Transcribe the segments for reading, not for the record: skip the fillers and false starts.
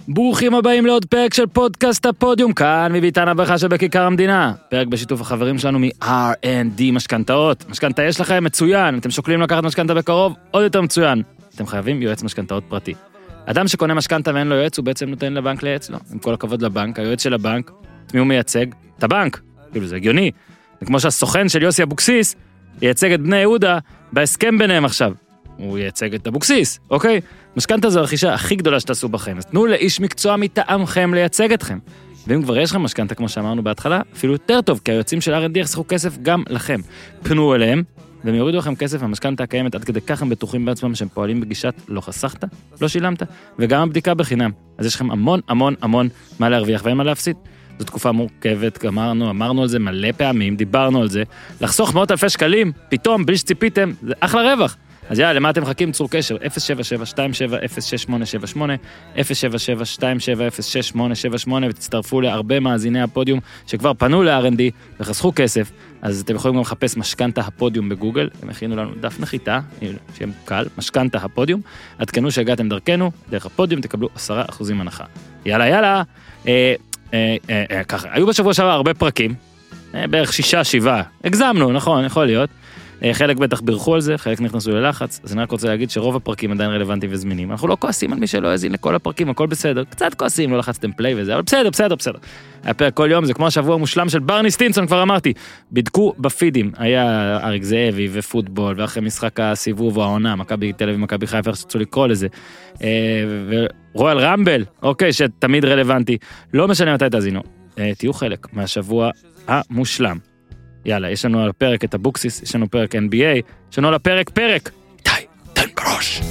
ברוכים הבאים לעוד פרק של פודקאסט הפודיום, כאן מביתן הברכה של בכיכר המדינה. פרק בשיתוף החברים שלנו מ-R&D משכנתאות. משכנתה יש לכם מצוין, אתם שוקלים לקחת משכנתה בקרוב, עוד יותר מצוין. אתם חייבים יועץ משכנתאות פרטי. אדם שקונה משכנתה ואין לו יועץ, הוא בעצם נותן לבנק לייעץ לו. עם כל הכבוד לבנק, היועץ של הבנק, מי הוא מייצג? את הבנק. כאילו זה הגיוני. זה כמו שהסוכן של יוסי אבוקסיס ייצג את בני יהודה בהסכם ביניהם עכשיו. הוא ייצג את אבוקסיס, אוקיי? משכנתה זו הרכישה הכי גדולה שתעשו בכם. אז תנו לאיש מקצוע מטעמכם לייצג אתכם. ואם כבר יש לכם משכנתה, כמו שאמרנו בהתחלה, אפילו יותר טוב, כי היועצים של R&D יחסכו כסף גם לכם. פנו אליהם, והם יורידו לכם כסף מהמשכנתה הקיימת, עד כדי כך הם בטוחים בעצמם שהם פועלים בגישת לא חסכת, לא שילמת, וגם הבדיקה בחינם. אז יש לכם המון המון המון מה להרוויח ואין מה להפסיד. זו תקופה מורכבת, אמרנו על זה מלא פעמים, דיברנו על זה. לחסוך מאות אלפי שקלים, פתאום, בלי שציפיתם, זה אחלה רווח. אז יאללה, למה אתם מחכים? צרו קשר, 077-27-06878, 077-27-06878, ותצטרפו להרבה מאזיני הפודיום שכבר פנו ל-R&D וחסכו כסף, אז אתם יכולים גם לחפש משכנתה הפודיום בגוגל, הם הכינו לנו דף נחיתה, שם קל, משכנתה הפודיום, עדכנו שהגעתם דרכנו, דרך הפודיום תקבלו 10% הנחה. יאללה, ככה, היו בשבוע שעבר הרבה פרקים, בערך 6-7, הגזמנו, נכון, יכול להיות, חלק בטח בירכו על זה, חלק נכנסו ללחץ, אז אני רק רוצה להגיד שרוב הפרקים עדיין רלוונטיים וזמינים. אנחנו לא כועסים על מי שלא יזין לכל הפרקים, הכל בסדר. קצת כועסים, לא לחצתם פליי וזה, אבל בסדר. הפרק כל יום, זה כמו השבוע המושלם של ברני סטינסון, כבר אמרתי. בדקו בפידים, היה אריק זאבי ופוטבול, ואחרי משחק הסיבוב או העונה, מכבי תל אביב ומכבי חיפה, שרצו לקרוא לזה. ורואל רמבל, אוקיי, שתמיד רלוונטי. לא משנה מתי תאזינו. תהיו חלק מהשבוע המושלם. יאללה, יש לנו על הפרק את אבוקסיס, יש לנו פרק NBA, יש לנו על הפרק פרק. די, תן בראש.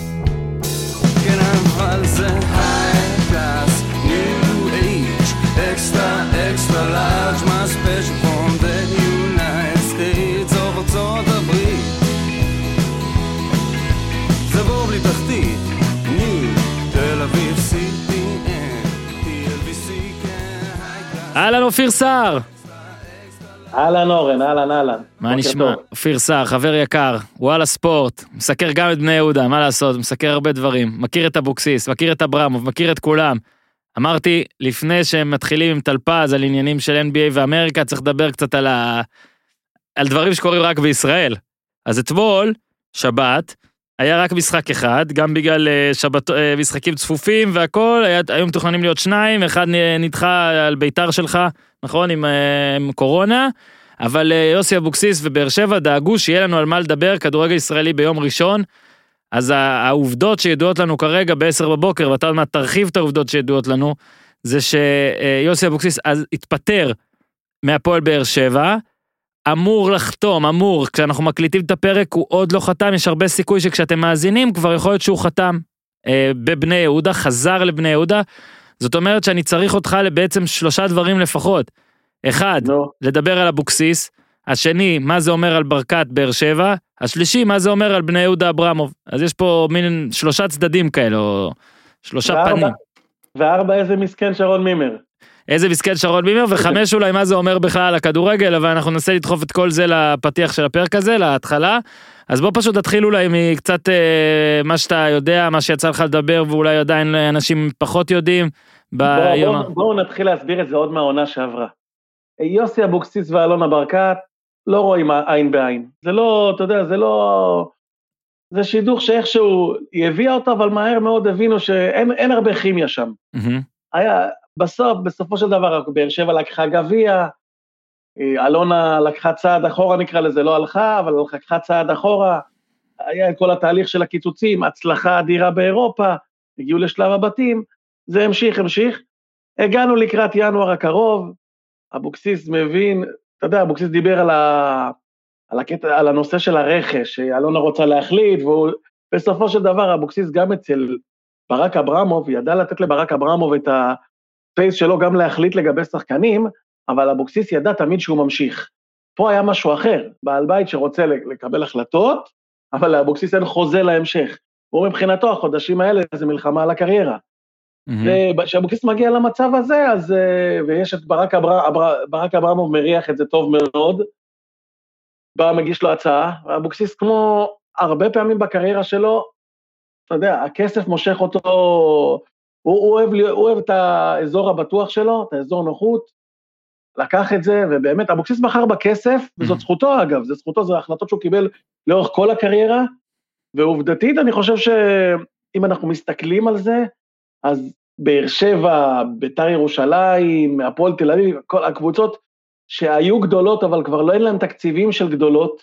אהלן אופיר סער. אהלן אורן, אהלן. מה נשמע? אופיר סער, חבר יקר, וואלה ספורט, מסקר גם את בני יהודה, מה לעשות, מסקר הרבה דברים, מכיר את אבוקסיס, מכיר את אברמוב, מכיר את כולם. אמרתי, לפני שהם מתחילים עם תלפז על עניינים של NBA ואמריקה, צריך לדבר קצת על דברים שקורים רק בישראל. אז אתמול, שבת, היה רק משחק אחד, גם בגלל משחקים צפופים והכל, היו מתוכננים להיות 2, אחד נדחה על ביתר שלך, נכון, עם קורונה, אבל יוסי אבוקסיס ובאר שבע דאגו שיהיה לנו על מה לדבר, כדורגל ישראלי ביום ראשון, אז העובדות שידועות לנו כרגע ב-10 בבוקר, ואתה עוד מעט תרחיב את העובדות שידועות לנו, זה שיוסי אבוקסיס אז התפטר מהפועל באר שבע, אמור, כשאנחנו מקליטים את הפרק הוא עוד לא חתם, יש הרבה סיכוי שכשאתם מאזינים כבר יכול להיות שהוא חתם בבני יהודה, חזר לבני יהודה, זאת אומרת שאני צריך אותך בעצם 3 דברים לפחות, 1, לדבר על אבוקסיס, השני, מה זה אומר על ברקת באר שבע, השלישי, מה זה אומר על בני יהודה אברמוב, אז יש פה מין 3 צדדים כאלו, 3 פנים. 4, איזה מסכן שרון מימר. איזה מסכן שרון מימר, ו5 אולי מה זה אומר בכלל על הכדורגל, אבל אנחנו ננסה לדחוף את כל זה לפתיח של הפרק הזה, להתחלה, אז בוא פשוט תתחיל אולי מקצת מה שאתה יודע, מה שיצא לך לדבר, ואולי עדיין אנשים פחות יודעים. בואו נתחיל להסביר את זה עוד מהעונה שעברה. יוסי אבוקסיס ואלונה ברקת לא רואים עין בעין. זה לא, אתה יודע, זה לא... זה שידוך שאיכשהו היא הביאה אותו, אבל מהר מאוד הבינו שאין הרבה כימיה שם. היה... בסופו של דבר, באר שבע לקחה גביע, אלונה לקחה צעד אחורה, נקרא לזה, לא הלכה, אבל לקחה צעד אחורה, היה כל התהליך של הקיצוצים, הצלחה אדירה באירופה, הגיעו לשלב הבתים, זה המשיך, הגענו לקראת ינואר הקרוב, אבוקסיס מבין, אתה יודע, אבוקסיס דיבר על הנושא של הרכש, שאלונה רוצה להחליט, ובסופו של דבר, אבוקסיס גם אצל ברק אברמוב, ידע לתת לברק אברמוב את פייס שלו גם להחליט לגבי שחקנים, אבל אבוקסיס ידע תמיד שהוא ממשיך. פה היה משהו אחר, בעל בית שרוצה לקבל החלטות, אבל לאבוקסיס אין חוזה להמשך. הוא מבחינתו, החודשים האלה זה מלחמה על הקריירה. וכשאבוקסיס מגיע למצב הזה, אז, ויש את ברק אברמוב מריח את זה טוב מאוד, בא מגיש לו הצעה, ואבוקסיס כמו הרבה פעמים בקריירה שלו, אתה יודע, הכסף מושך אותו הוא אוהב את האזור הבטוח שלו, את האזור נוחות, לקח את זה, ובאמת, אבוקסיס בחר בכסף, וזאת זכותו אגב, זה זכותו, זה החלטות שהוא קיבל לאורך כל הקריירה, ועובדתית אני חושב שאם אנחנו מסתכלים על זה, אז באר שבע, בית"ר ירושלים, הפועל תל אביב, כל הקבוצות שהיו גדולות, אבל כבר לא אין להם תקציבים של גדולות,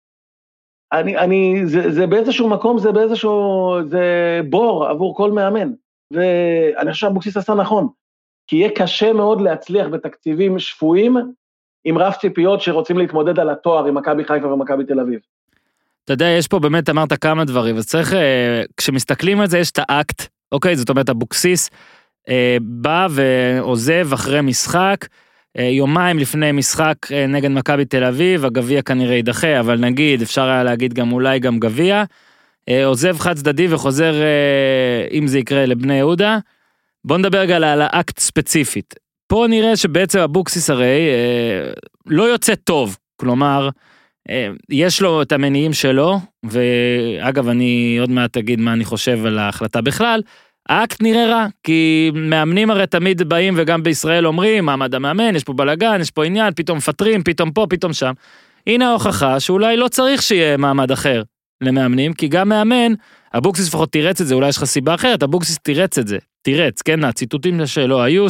זה באיזשהו מקום, זה בור עבור כל מאמן, ואני חושב שאבוקסיס עשה נכון, כי יהיה קשה מאוד להצליח בתקציבים שפויים, עם רף ציפיות שרוצים להתמודד על התואר עם מכבי חיפה ומכבי תל אביב. אתה יודע, יש פה באמת, אמרת כמה דברים, אז צריך, כשמסתכלים על זה, יש את האקט, אוקיי, זאת אומרת, אבוקסיס בא ועוזב אחרי משחק, יומיים לפני משחק נגד מכבי תל אביב, הגביע כנראה יידחה, אבל נגיד, אפשר היה להגיד גם אולי גם גביע, עוזב חד צדדי וחוזר, אם זה יקרה, לבני יהודה. בוא נדבר רגע על האקט ספציפית. פה נראה שבעצם אבוקסיס הרי לא יוצא טוב, כלומר, יש לו את המניעים שלו, ואגב אני עוד מעט אגיד מה אני חושב על ההחלטה בכלל, האקט נראה רע, כי מאמנים הרי תמיד באים וגם בישראל אומרים, מעמד המאמן, יש פה בלגן, יש פה עניין, פתאום מפטרים, פתאום פה, פתאום שם. הנה ההוכחה שאולי לא צריך שיהיה מעמד אחר למאמנים, כי גם מאמן, אבוקסיס לפחות תירץ את זה, אולי יש לך סיבה אחרת, אבוקסיס תירץ את זה, תירץ, כן, הציטוטים שלו היו,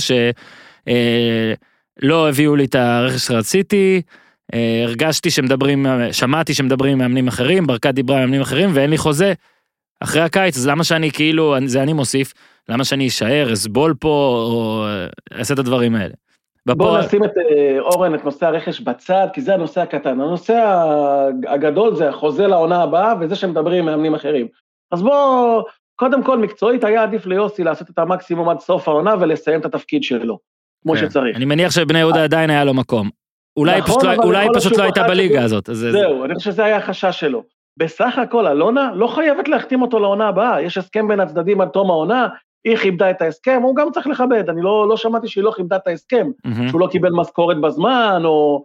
שלא הביאו לי את הרכש שרציתי, הרגשתי שמדברים, שמעתי שמדברים עם מאמנים אחרים, ברקת דיברה עם מאמנים אחרים, ואין לי חוזה אחרי הקיץ, אז למה שאני כאילו, זה אני מוסיף, למה שאני אשאר, אסבול פה, או אעשה את הדברים האלה. בואו נשים את אורן, את נושא הרכש בצד, כי זה הנושא הקטן, הנושא הגדול זה החוזה לעונה הבאה, וזה שמדברים עם מאמנים אחרים. אז בואו, קודם כל מקצועית היה עדיף ליוסי לעשות את המקסימום עד סוף העונה, ולסיים את התפקיד שלו, כמו שצריך. אני מניח שבני יהודה עדיין היה לו מקום. אולי פשוט לא הייתה בליגה הזאת. זהו, אני חושב שזה היה החשש שלו. בסך הכל, אלונה לא חייבת להחתים אותו לעונה הבאה, יש הסכם בין הצדדים עד תום העונה, היא כיבדה את ההסכם, הוא גם צריך לכבד, אני לא שמעתי שהיא לא כיבדה את ההסכם, שהוא לא קיבל משכורת בזמן,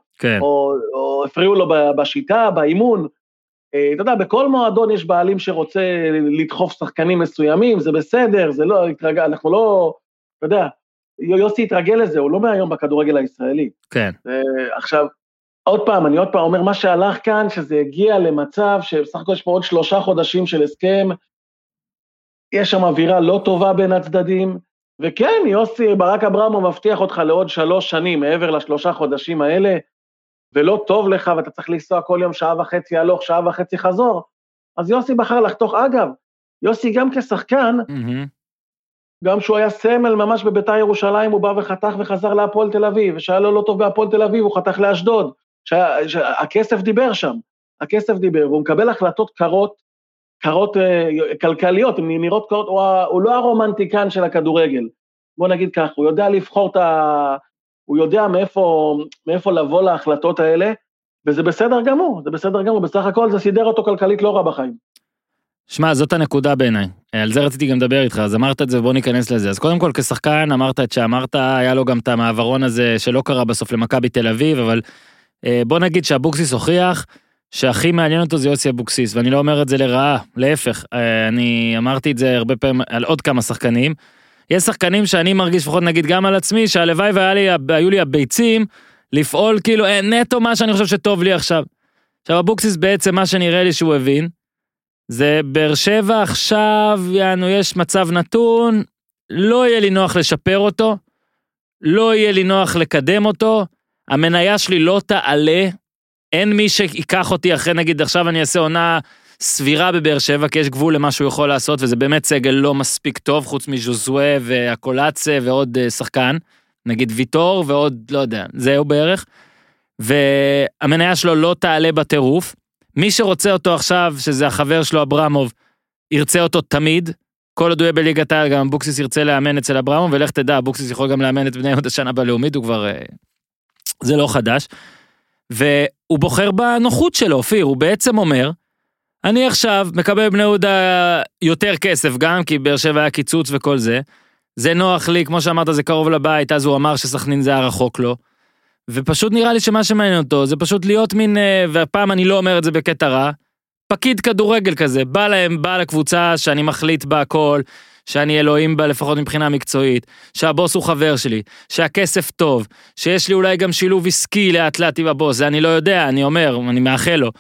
או הפריעו לו בשיטה, באימון, אתה יודע, בכל מועדון יש בעלים שרוצה לדחוף שחקנים מסוימים, זה בסדר, זה לא, אנחנו לא, אתה יודע, יוסי התרגל לזה, הוא לא מהיום בכדורגל הישראלי. כן. עכשיו, אני עוד פעם אומר, מה שהלך כאן, שזה הגיע למצב, שבסך הכל יש פה עוד 3 חודשים של הסכם, יש שם אווירה לא טובה בין הצדדים, וכן, יוסי, ברק אברמוב מבטיח אותך לעוד 3 שנים, מעבר ל3 חודשים האלה, ולא טוב לך, ואתה צריך לנסוע כל יום 1.5 שעות הלוך, 1.5 שעות חזור, אז יוסי בחר לחתוך, אגב, יוסי גם כשחקן, גם שהוא היה סמל ממש בבית"ר ירושלים, הוא בא וחתך וחזר להפועל תל אביב, ושהיה לו לא טוב בהפועל תל אביב, הוא חתך לאשדוד, הכסף דיבר שם, והוא מקבל החלטות קרות כלכליות, הן נראות קרות, הוא לא הרומנטיקן של הכדורגל, בוא נגיד כך, הוא יודע לבחור הוא יודע מאיפה לבוא להחלטות האלה, וזה בסדר גמור, בסך הכל זה סידר אותו כלכלית לא רע בחיים. שמע, זאת הנקודה בעיניי, על זה רציתי גם לדבר איתך, אז אמרת את זה ובוא ניכנס לזה, אז קודם כל כשחקן אמרת את שאמרת, היה לו גם את המעברון הזה שלא קרה בסוף למכבי תל אביב, אבל בוא נגיד שאבוקסיס הוכיח, שהכי מעניין אותו זה יוסי אבוקסיס, ואני לא אומר את זה לרעה, להפך, אני אמרתי את זה הרבה פעמים על עוד כמה שחקנים, יש שחקנים שאני מרגיש לפחות נגיד גם על עצמי, שהלוואי והיו לי הביצים, לפעול כאילו נטו מה שאני חושב שטוב לי עכשיו. עכשיו אבוקסיס בעצם מה שנראה לי שהוא הבין, זה באר שבע עכשיו, יש מצב נתון, לא יהיה לי נוח לשפר אותו, לא יהיה לי נוח לקדם אותו, המניה שלי לא תעלה, אין מי שיקח אותי אחרי נגיד עכשיו אני אעשה עונה סבירה בבאר שבע, כי יש גבול למה שהוא יכול לעשות, וזה באמת סגל לא מספיק טוב, חוץ מז'וזואה והקולצה ועוד שחקן, נגיד ויטור ועוד, לא יודע, זהו בערך, והמניה שלו לא תעלה בטירוף, מי שרוצה אותו עכשיו, שזה החבר שלו אברמוב, ירצה אותו תמיד, כל עוד הוא יהיה בליגת העל, גם אבוקסיס ירצה לאמן אצל אברמוב, ולך תדע, אבוקסיס יכול גם לאמן את בני יהודה השנה בלאומית, הוא כבר, זה לא חדש, והוא בוחר בנוחות שלו, אופיר, הוא בעצם אומר, אני עכשיו מקבל בני יהודה יותר כסף גם, כי באר שבע היה קיצוץ וכל זה, זה נוח לי, כמו שאמרת, זה קרוב לבית, אז הוא אמר שסכנין זה היה רחוק לו, ופשוט נראה לי שמה שמעניין אותו, זה פשוט להיות מין, והפעם אני לא אומר את זה בקטע רע, פקיד כדורגל כזה, בא לקבוצה שאני מחליט בה הכל, שאני אלוהים בה לפחות מבחינה מקצועית, שהבוס הוא חבר שלי, שהכסף טוב, שיש לי אולי גם שילוב עסקי לאט לאט עם הבוס, זה אני לא יודע, אני אומר, אני מאחל לו.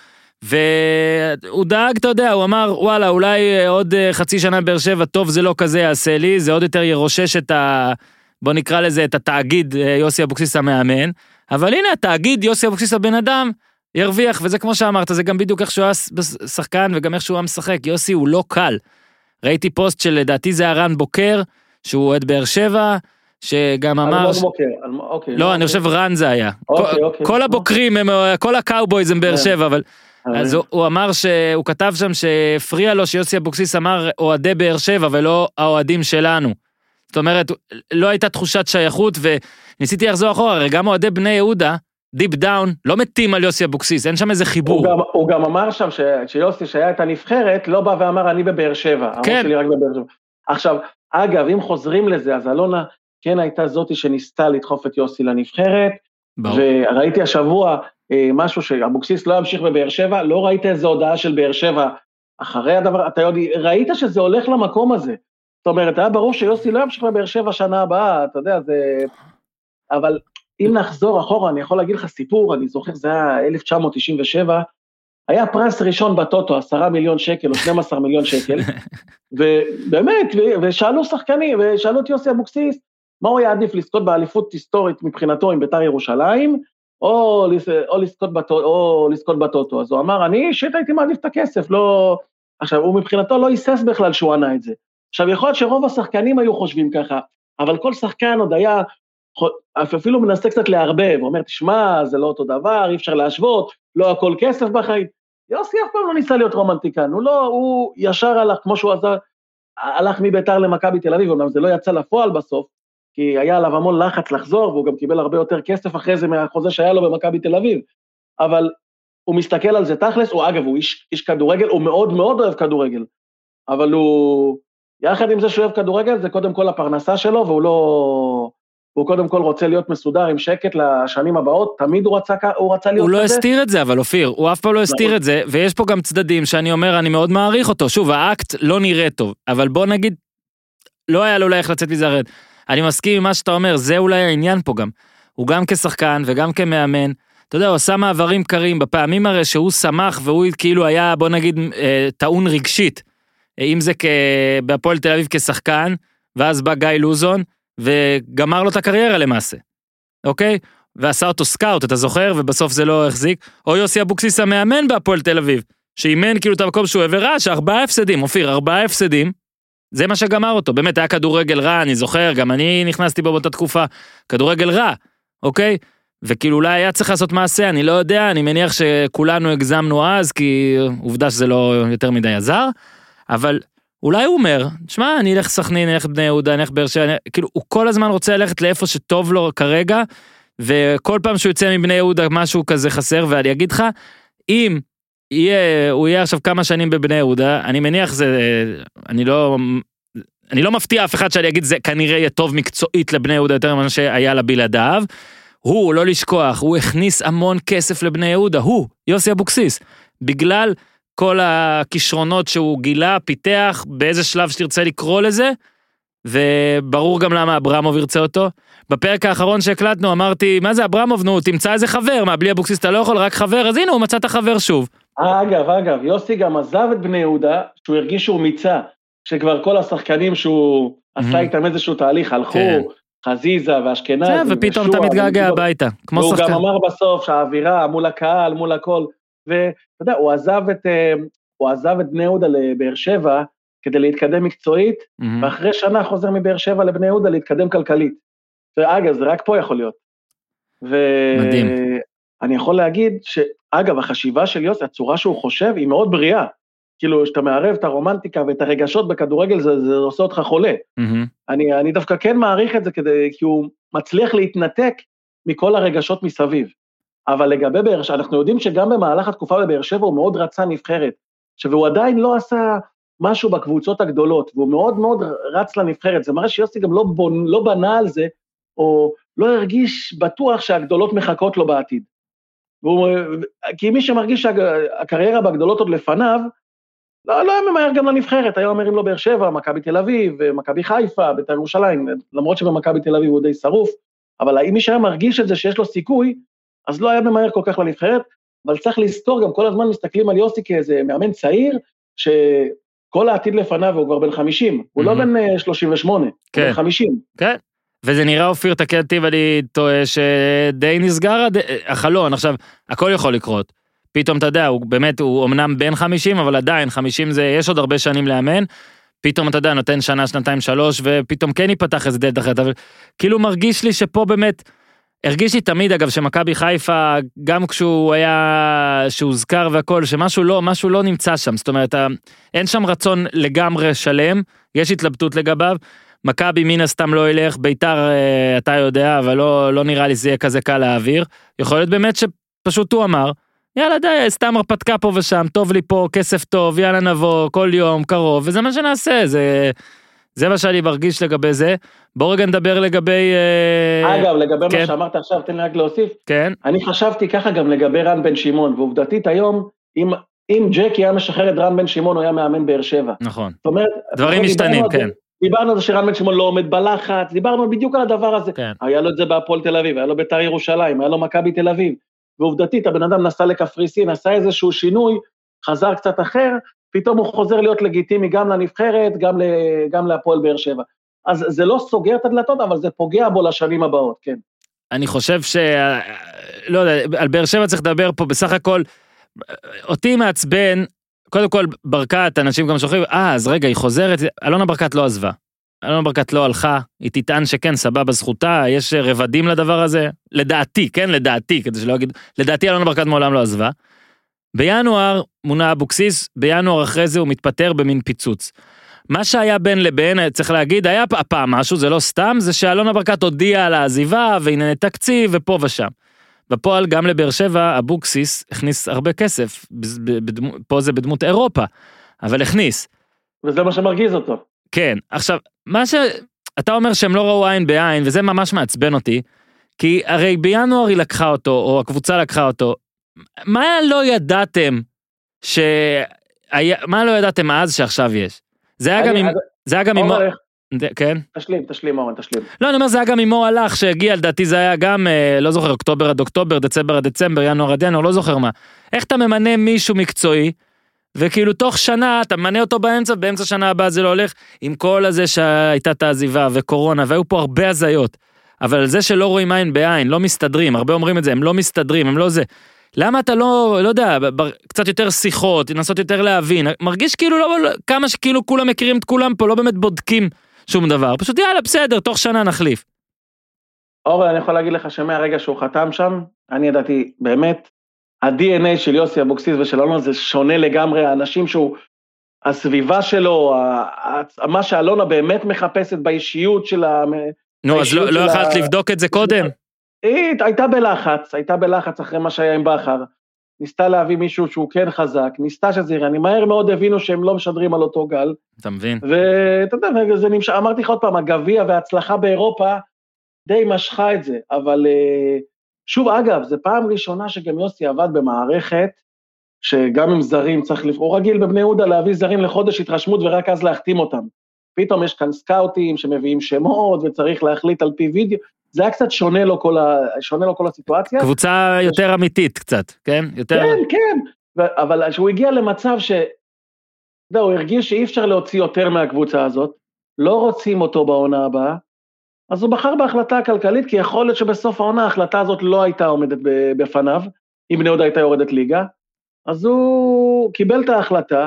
והוא דאג, אתה יודע, הוא אמר, וואלה, אולי עוד חצי שנה באר שבע, טוב זה לא כזה יעשה לי, זה עוד יותר ירושש את בוא נקרא לזה, את התאגיד יוסי אבוקסיס המאמן, אבל הנה, התאגיד יוסי אבוקסיס הבן אדם, ירוויח, וזה כמו שאמרת, זה גם בדיוק איך שהוא היה שחקן, וגם איך שהוא היה משחק, יוסי הוא לא קל. ראיתי פוסט שלדעתי זה הרן בוקר, שהוא אוהד באר שבע, שגם אמר... לא, אני חושב רן זה היה. כל הבוקרים, כל הקאובויז הם באר שבע, אבל... אז הוא אמר שהוא כתב שם שהפריע לו שיוסי אבוקסיס אמר אוהדי באר שבע ולא האוהדים שלנו. זאת אומרת, לא הייתה תחושת שייכות, וניסיתי לחזור אחורה, הרי גם אוהדי בני יהודה, דיפ דאון, לא מתים על יוסי אבוקסיס, אין שם איזה חיבור. הוא גם אמר שם שיוסי שהיה את הנבחרת, לא בא ואמר אני בבאר שבע. כן. עכשיו, אגב, אם חוזרים לזה, אז אלונה כן הייתה זאתי שניסתה לדחוף את יוסי לנבחרת, וראיתי השבוע משהו שאבוקסיס לא ימשיך בבאר שבע, לא ראית איזו הודעה של באר שבע, אחרי הדבר, אתה יודע, ראית שזה הולך למקום הזה, זאת אומרת, היה ברור שיוסי לא ימשיך בבאר שבע שנה הבאה, אתה יודע, זה... אבל אם נחזור אחורה, אני יכול להגיד לך סיפור, אני זוכר, זה היה 1997, היה פרס ראשון בטוטו, 10 מיליון שקל או 12 מיליון שקל, ובאמת, ושאלו שחקנים, ושאלו את יוסי אבוקסיס, מה הוא יעדיף לזכות באליפות היסטורית מבחינתו עם בית"ר ירושלים, או לזכות בטוטו, אז הוא אמר, אני אישית הייתי מעדיף את הכסף, לא... עכשיו, הוא מבחינתו לא היסס בכלל שהוא ענה את זה. עכשיו, יכול להיות שרוב השחקנים היו חושבים ככה, אבל כל שחקן עוד היה, אפילו מנסה קצת להרבב, הוא אומר, תשמע, זה לא אותו דבר, אי אפשר להשוות, לא הכל כסף בחיים. יוסי אף פעם לא ניסה להיות רומנטיקן, הוא ישר הלך, כמו שהוא הלך מבית"ר למכבי תל אביב, זה לא יצא לפועל בסוף, כי היה עליו המון לחץ לחזור, והוא גם קיבל הרבה יותר כסף אחרי זה מהחוזה שהיה לו במכבי תל אביב, אבל הוא מסתכל על זה תכלס, אגב, הוא איש כדורגל, הוא מאוד מאוד אוהב כדורגל, אבל הוא, יחד עם זה שהוא אוהב כדורגל, זה קודם כל הפרנסה שלו, הוא קודם כל רוצה להיות מסודר עם שקט לשנים הבאות, תמיד הוא רצה להיות כזה. הוא לא הסתיר את זה, אבל אופיר, הוא אף פעם לא הסתיר את זה, ויש פה גם צדדים שאני אומר, אני מאוד מעריך אותו, שוב, האקט לא נראה טוב, אבל בוא נגיד, לא היה לו אולי איך לצאת מזה הרד. אני מסכים עם מה שאתה אומר, זה אולי העניין פה גם. הוא גם כשחקן וגם כמאמן, אתה יודע, הוא עושה מעברים קרים, בפעמים הרי שהוא שמח, והוא כאילו היה, בוא נגיד, טעון רגשית, אם זה בהפועל תל אביב כשחקן, ואז בא גיא לוזון, וגמר לו את הקריירה למעשה, אוקיי? ועשה אותו סקאוט, אתה זוכר, ובסוף זה לא החזיק, או יוסי אבוקסיס המאמן בהפועל תל אביב, שאימן כאילו את המקום שהוא עברה, 4 הפסדים, אופיר, 4 הפסדים, זה מה שגמר אותו, באמת היה כדורגל רע, אני זוכר, גם אני נכנסתי בו באותה תקופה, כדורגל רע, אוקיי? וכאילו אולי היה צריך לעשות מעשה, אני לא יודע, אני מניח שכולנו הגזמנו אז, כי עובדה שזה לא יותר מדי עזר, אבל אולי הוא אומר, תשמע, אני אלך סכנין, אני אלך בני יהודה, אני אלך באר שבע, כאילו הוא כל הזמן רוצה ללכת לאיפה שטוב לו כרגע, וכל פעם שהוא יוצא מבני יהודה משהו כזה חסר, ואני אגיד לך, אם הוא יהיה עכשיו כמה שנים בבני יהודה, אני מניח אני לא מפתיע אף אחד שאני אגיד, זה כנראה יהיה טוב מקצועית לבני יהודה יותר ממה שהיה לבלעדיו, הוא, לא לשכוח, הוא הכניס המון כסף לבני יהודה, הוא, יוסי אבוקסיס, בגלל כל הכישרונות שהוא גילה, פיתח, באיזה שלב שתרצה לקרוא לזה, וברור גם למה אברמוב ירצה אותו. בפרק האחרון שהקלטנו אמרתי, מה זה אברמוב? נו, תמצא איזה חבר, מה, בלי אבוקסיס אתה לא יכול, רק חבר, אז הנה הוא מצא את החבר שוב. אגב, יוסי גם עזב את בני יהודה, שהוא הרגיש שהוא מיצה, שכבר כל השחקנים שהוא עשה איתם איזשהו תהליך, הלכו, חזיזה ואשכנזי, ופתאום אתה מתגעגע הביתה, כמו שחקן. והוא גם אמר בסוף שהאווירה מול הקהל, מול הכל, ואתה יודע, הוא עזב את בני יהודה לבאר שבע, כדי להתקדם מקצועית, ואחרי שנה חוזר מבאר שבע לבני יהודה להתקדם כלכלית. ואגב, זה רק פה יכול להיות. מדהים. ואני יכול להגיד שאגב, החשיבה של יוסי, הצורה שהוא חושב, היא מאוד בריאה. כאילו, שאתה מערב את הרומנטיקה ואת הרגשות בכדורגל, זה עושה אותך חולה. אני דווקא כן מעריך את זה, כי הוא מצליח להתנתק מכל הרגשות מסביב. אבל לגבי באר שבע, אנחנו יודעים שגם במהלך התקופה בבאר שבע, הוא מאוד רצה נבחרת, והוא עדיין לא עשה משהו בקבוצות הגדולות, והוא מאוד מאוד רץ לנבחרת, זה מראה שיוסי גם לא בנה על זה, או לא הרגיש בטוח שהגדולות מחכות לו בעתיד. כי מי שמרגיש שהקריירה בגדולות עוד לפניו, לא היה ממהר גם לנבחרת, היו אומרים לו באר שבע, מכבי תל אביב, מכבי חיפה, בית"ר ירושלים, למרות שבמכבי תל אביב הוא די שרוף, אבל אם מי שהיה מרגיש את זה שיש לו סיכוי, אז לא היה ממהר כל כך לנבחרת, אבל צריך לזכור, גם כל הזמן מסתכלים על יוסי כאיזה מאמן צעיר, שכל העתיד לפניו הוא כבר בן 50, הוא לא בן 38, הוא בן 50. כן, וזה נראה אופיר תקלתי, ואני טועה שדי נסגר החלון, עכשיו, הכל יכול לקרות, פתאום אתה יודע, הוא באמת, הוא אמנם בן 50, אבל עדיין 50 זה, יש עוד הרבה שנים לאמן, פתאום אתה יודע, נותן שנה, שנתיים, 3, ופתאום כן ייפתח איזה דלת אחרת, אבל כאילו מרגיש לי שפה באמת, הרגיש לי תמיד אגב שמכבי חיפה, גם כשהוא היה, שהוזכר והכל, שמשהו לא נמצא שם, זאת אומרת, אין שם רצון לגמרי שלם, יש התלבטות לגביו, מכבי מן הסתם לא ילך, ביתר אתה יודע, אבל לא נראה לי זה יהיה כזה קל להעביר, יכול להיות באמת שפשוט הוא אמר, יאללה די, סתם הרפתקה פה ושם, טוב לי פה, כסף טוב, יאללה נבוא, כל יום, קרוב, וזה מה שנעשה, זה מה שאני מרגיש לגבי זה, בואו רגע נדבר לגבי... אגב, לגבי מה שאמרת עכשיו, תן לי רק להוסיף, אני חשבתי ככה גם לגבי רן בן שמעון, ועובדתית היום, אם ג'קי היה משחרר את רן בן שמעון, הוא היה מאמן באר שבע. נכון, זאת אומרת, דברים משתנים, כן. דיברנו על זה שרן בן שמעון לא עומד בלחץ, דיברנו בדיוק על הדבר הזה, היה לו את זה בהפועל תל אביב, היה לו בית"ר ירושלים, היה לו מכבי תל אביב, ועובדתית הבן אדם נסע לקפריסין, עשה איזשהו שינוי, חזר קצת אחר, פתאום הוא חוזר להיות לגיטימי גם לנבחרת, גם להפועל באר שבע. אז זה לא סוגר את הדלתות, אבל זה פוגע בו לשנים הבאות, כן. אני חושב לא יודע, על באר שבע צריך לדבר פה בסך הכל, אותי מעצבן, קודם כל ברקת, אנשים גם שוכרים, אז רגע, היא חוזרת, אלונה ברקת לא עזבה. אלונה ברקת לא הלכה, היא תטען שכן, סבבה זכותה, יש רבדים לדבר הזה, לדעתי, כן, לדעתי, כדי שלא אגיד, לדעתי אלונה ברקת מעולם לא עזבה. בינואר מונה אבוקסיס, בינואר אחרי זה הוא מתפטר במין פיצוץ. מה שהיה בין לבין, צריך להגיד, היה פעם משהו, זה לא סתם, זה שאלונה ברקת הודיעה על העזיבה, וענייני תקציב, ופה ושם. בפועל גם לבאר שבע, אבוקסיס הכניס הרבה כסף, פה זה בדמות אירופה, אבל הכניס. וזה מה שמרגיז אותו. כן, עכשיו, מה שאתה אומר שהם לא ראו עין בעין, וזה ממש מעצבן אותי, כי הרי בינואר היא לקחה אותו, או הקבוצה לקחה אותו, מה לא ידעתם מה לא ידעתם אז שעכשיו יש? זה היה גם עם... כן? תשלים, אורן, תשלים. לא, אני אומר, זה היה גם עם מו הלך, שהגיע, לדעתי זה היה גם, לא זוכר, אוקטובר עד אוקטובר, דצמבר עד דצמבר, ינואר עד ינואר, לא זוכר מה. איך אתה ממנה מישהו מקצועי, וכאילו תוך שנה, אתה ממנה אותו באמצע, ובאמצע שנה הבאה זה לא הולך, עם כל הזה שהייתה את העזיבה וקורונה, והיו פה הרבה הזיות, אבל זה שלא רואים עין בעין, לא מסתדרים, הרבה אומרים את זה, הם לא מסתדרים, הם לא זה. למה אתה לא יודע, קצת יותר שיחות, לנסות יותר להבין, מרגיש כאילו כמה שכאילו כולם מכירים את כולם פה, לא באמת בודקים שום דבר, פשוט יאללה בסדר, תוך שנה נחליף. אורן, אני יכול להגיד לך שמהרגע שהוא חתם שם, אני ידעתי באמת, ה-DNA של יוסי אבוקסיס ושל אלונה זה שונה לגמרי, האנשים שהוא, הסביבה שלו, מה שאלונה באמת מחפשת באישיות של נו, אז לא יכולת לבדוק את זה קודם? היא הייתה בלחץ אחרי מה שהיה עם בחר, ניסתה להביא מישהו שהוא כן חזק, ניסתה שזה יראה, אני מהר מאוד הבינו שהם לא משדרים על אותו גל. אתה מבין? ואתה יודע, זה נמשך, אמרתי לך עוד פעם, הגביע וההצלחה באירופה, די משכה את זה, אבל שוב אגב, זה פעם ראשונה שגם יוסי עבד במערכת, שגם עם זרים צריך הוא רגיל בבני יהודה להביא זרים לחודש התרשמות ורק אז להחתים אותם. פתאום יש כאן סקאוטים שמביאים שמות ושצריך להחליט על פי וידאו, זה היה קצת שונה לו כל הסיטואציה. קבוצה יותר אמיתית קצת, כן? כן, אבל שהוא הגיע למצב הוא הרגיש שאי אפשר להוציא יותר מהקבוצה הזאת, לא רוצים אותו בעונה הבאה, אז הוא בחר בהחלטה הכלכלית, כי יכול להיות שבסוף העונה ההחלטה הזאת לא הייתה עומדת בפניו, אם בני יהודה הייתה יורדת ליגה, אז הוא קיבל את ההחלטה,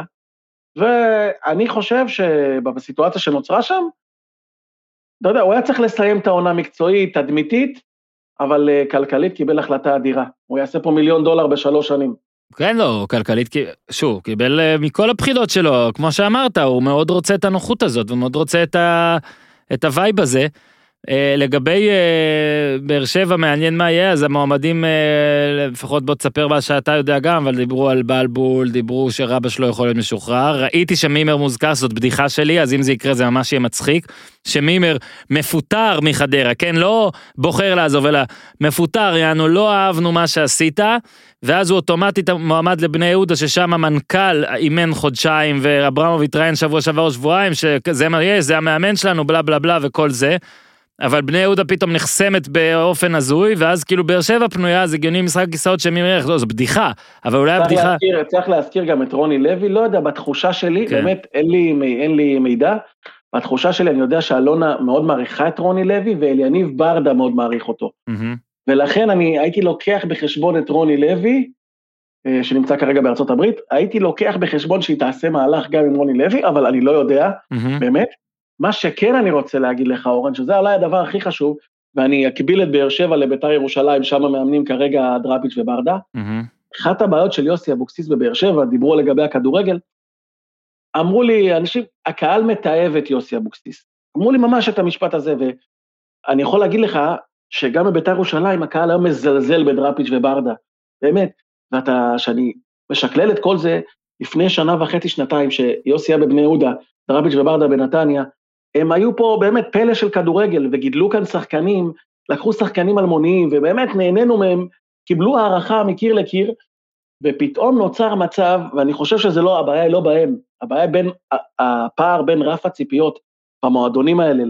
ואני חושב שבסיטואציה שנוצרה שם, אתה יודע, הוא היה צריך לסיים את העונה מקצועית, תדמיתית, אבל כלכלית קיבל החלטה אדירה. הוא יעשה פה $1,000,000 ב3 שנים. כן, לא, כלכלית, שוב, קיבל מכל הבחינות שלו, כמו שאמרת, הוא מאוד רוצה את הנוחות הזאת, הוא מאוד רוצה את הווייב הזה, לגבי באר שבע, מעניין מה יהיה, אז המועמדים, לפחות בוא תספר מה שאתה יודע גם, אבל דיברו על בלבול, דיברו שרבא שלו יכול להיות משוחרר, ראיתי שמימר מוזכר, זאת בדיחה שלי, אז אם זה יקרה זה ממש יהיה מצחיק, שמימר מפוטר מחדרה, כן, לא בוחר לעזוב, אלא מפוטר, יענו, לא אהבנו מה שעשית, ואז הוא אוטומטית מועמד לבני יהודה, ששם המנכ"ל אימן חודשיים, ואברמוב התראיין שבוע או שבועיים, שזה מה יש, זה המאמן שלנו, בלה בלה בלה וכל זה, אבל בני יהודה פתאום נחסמת באופן הזוי, ואז כאילו באר שבע פנויה, זה הגיוני משחק כיסאות שמימר, זו בדיחה, אבל אולי הבדיחה... צריך להזכיר גם את רוני לוי, לא יודע, בתחושה שלי, באמת אין לי מידע, בתחושה שלי אני יודע שאלונה מאוד מעריכה את רוני לוי, ואליניב ברדה מאוד מעריך אותו. ולכן אני הייתי לוקח בחשבון את רוני לוי, שנמצא כרגע בארצות הברית, הייתי לוקח בחשבון שהיא תעשה מהלך גם עם רוני לוי, אבל אני לא יודע, באמת. מה שכן אני רוצה להגיד לך, אורן, שזה אולי הדבר הכי חשוב, ואני אקביל את באר שבע לביתר ירושלים, שם מאמנים כרגע דראפיץ' וברדה. אחת הבעיות של יוסי אבוקסיס בבאר שבע, דיברו לגבי הכדורגל, אמרו לי, אנשים, הקהל מתאהב את יוסי אבוקסיס. אמרו לי ממש את המשפט הזה, ואני יכול להגיד לך, שגם בביתר ירושלים, הקהל היום מזלזל בדראפיץ' וברדה. באמת, שאני משקלל את כל זה, לפני שנה וחצי, שנתיים, שיוסי היה בבני יהודה, דראפיץ' וברדה בנתניה, הם היו פה באמת פלא של כדורגל, וגידלו כאן שחקנים, לקחו שחקנים אלמוניים, ובאמת נהנינו מהם, קיבלו הערכה מקיר לקיר, ופתאום נוצר מצב, ואני חושב שזה לא, הבעיה היא לא בהם, הבעיה בין, הפער בין רף הציפיות, במועדונים האלה,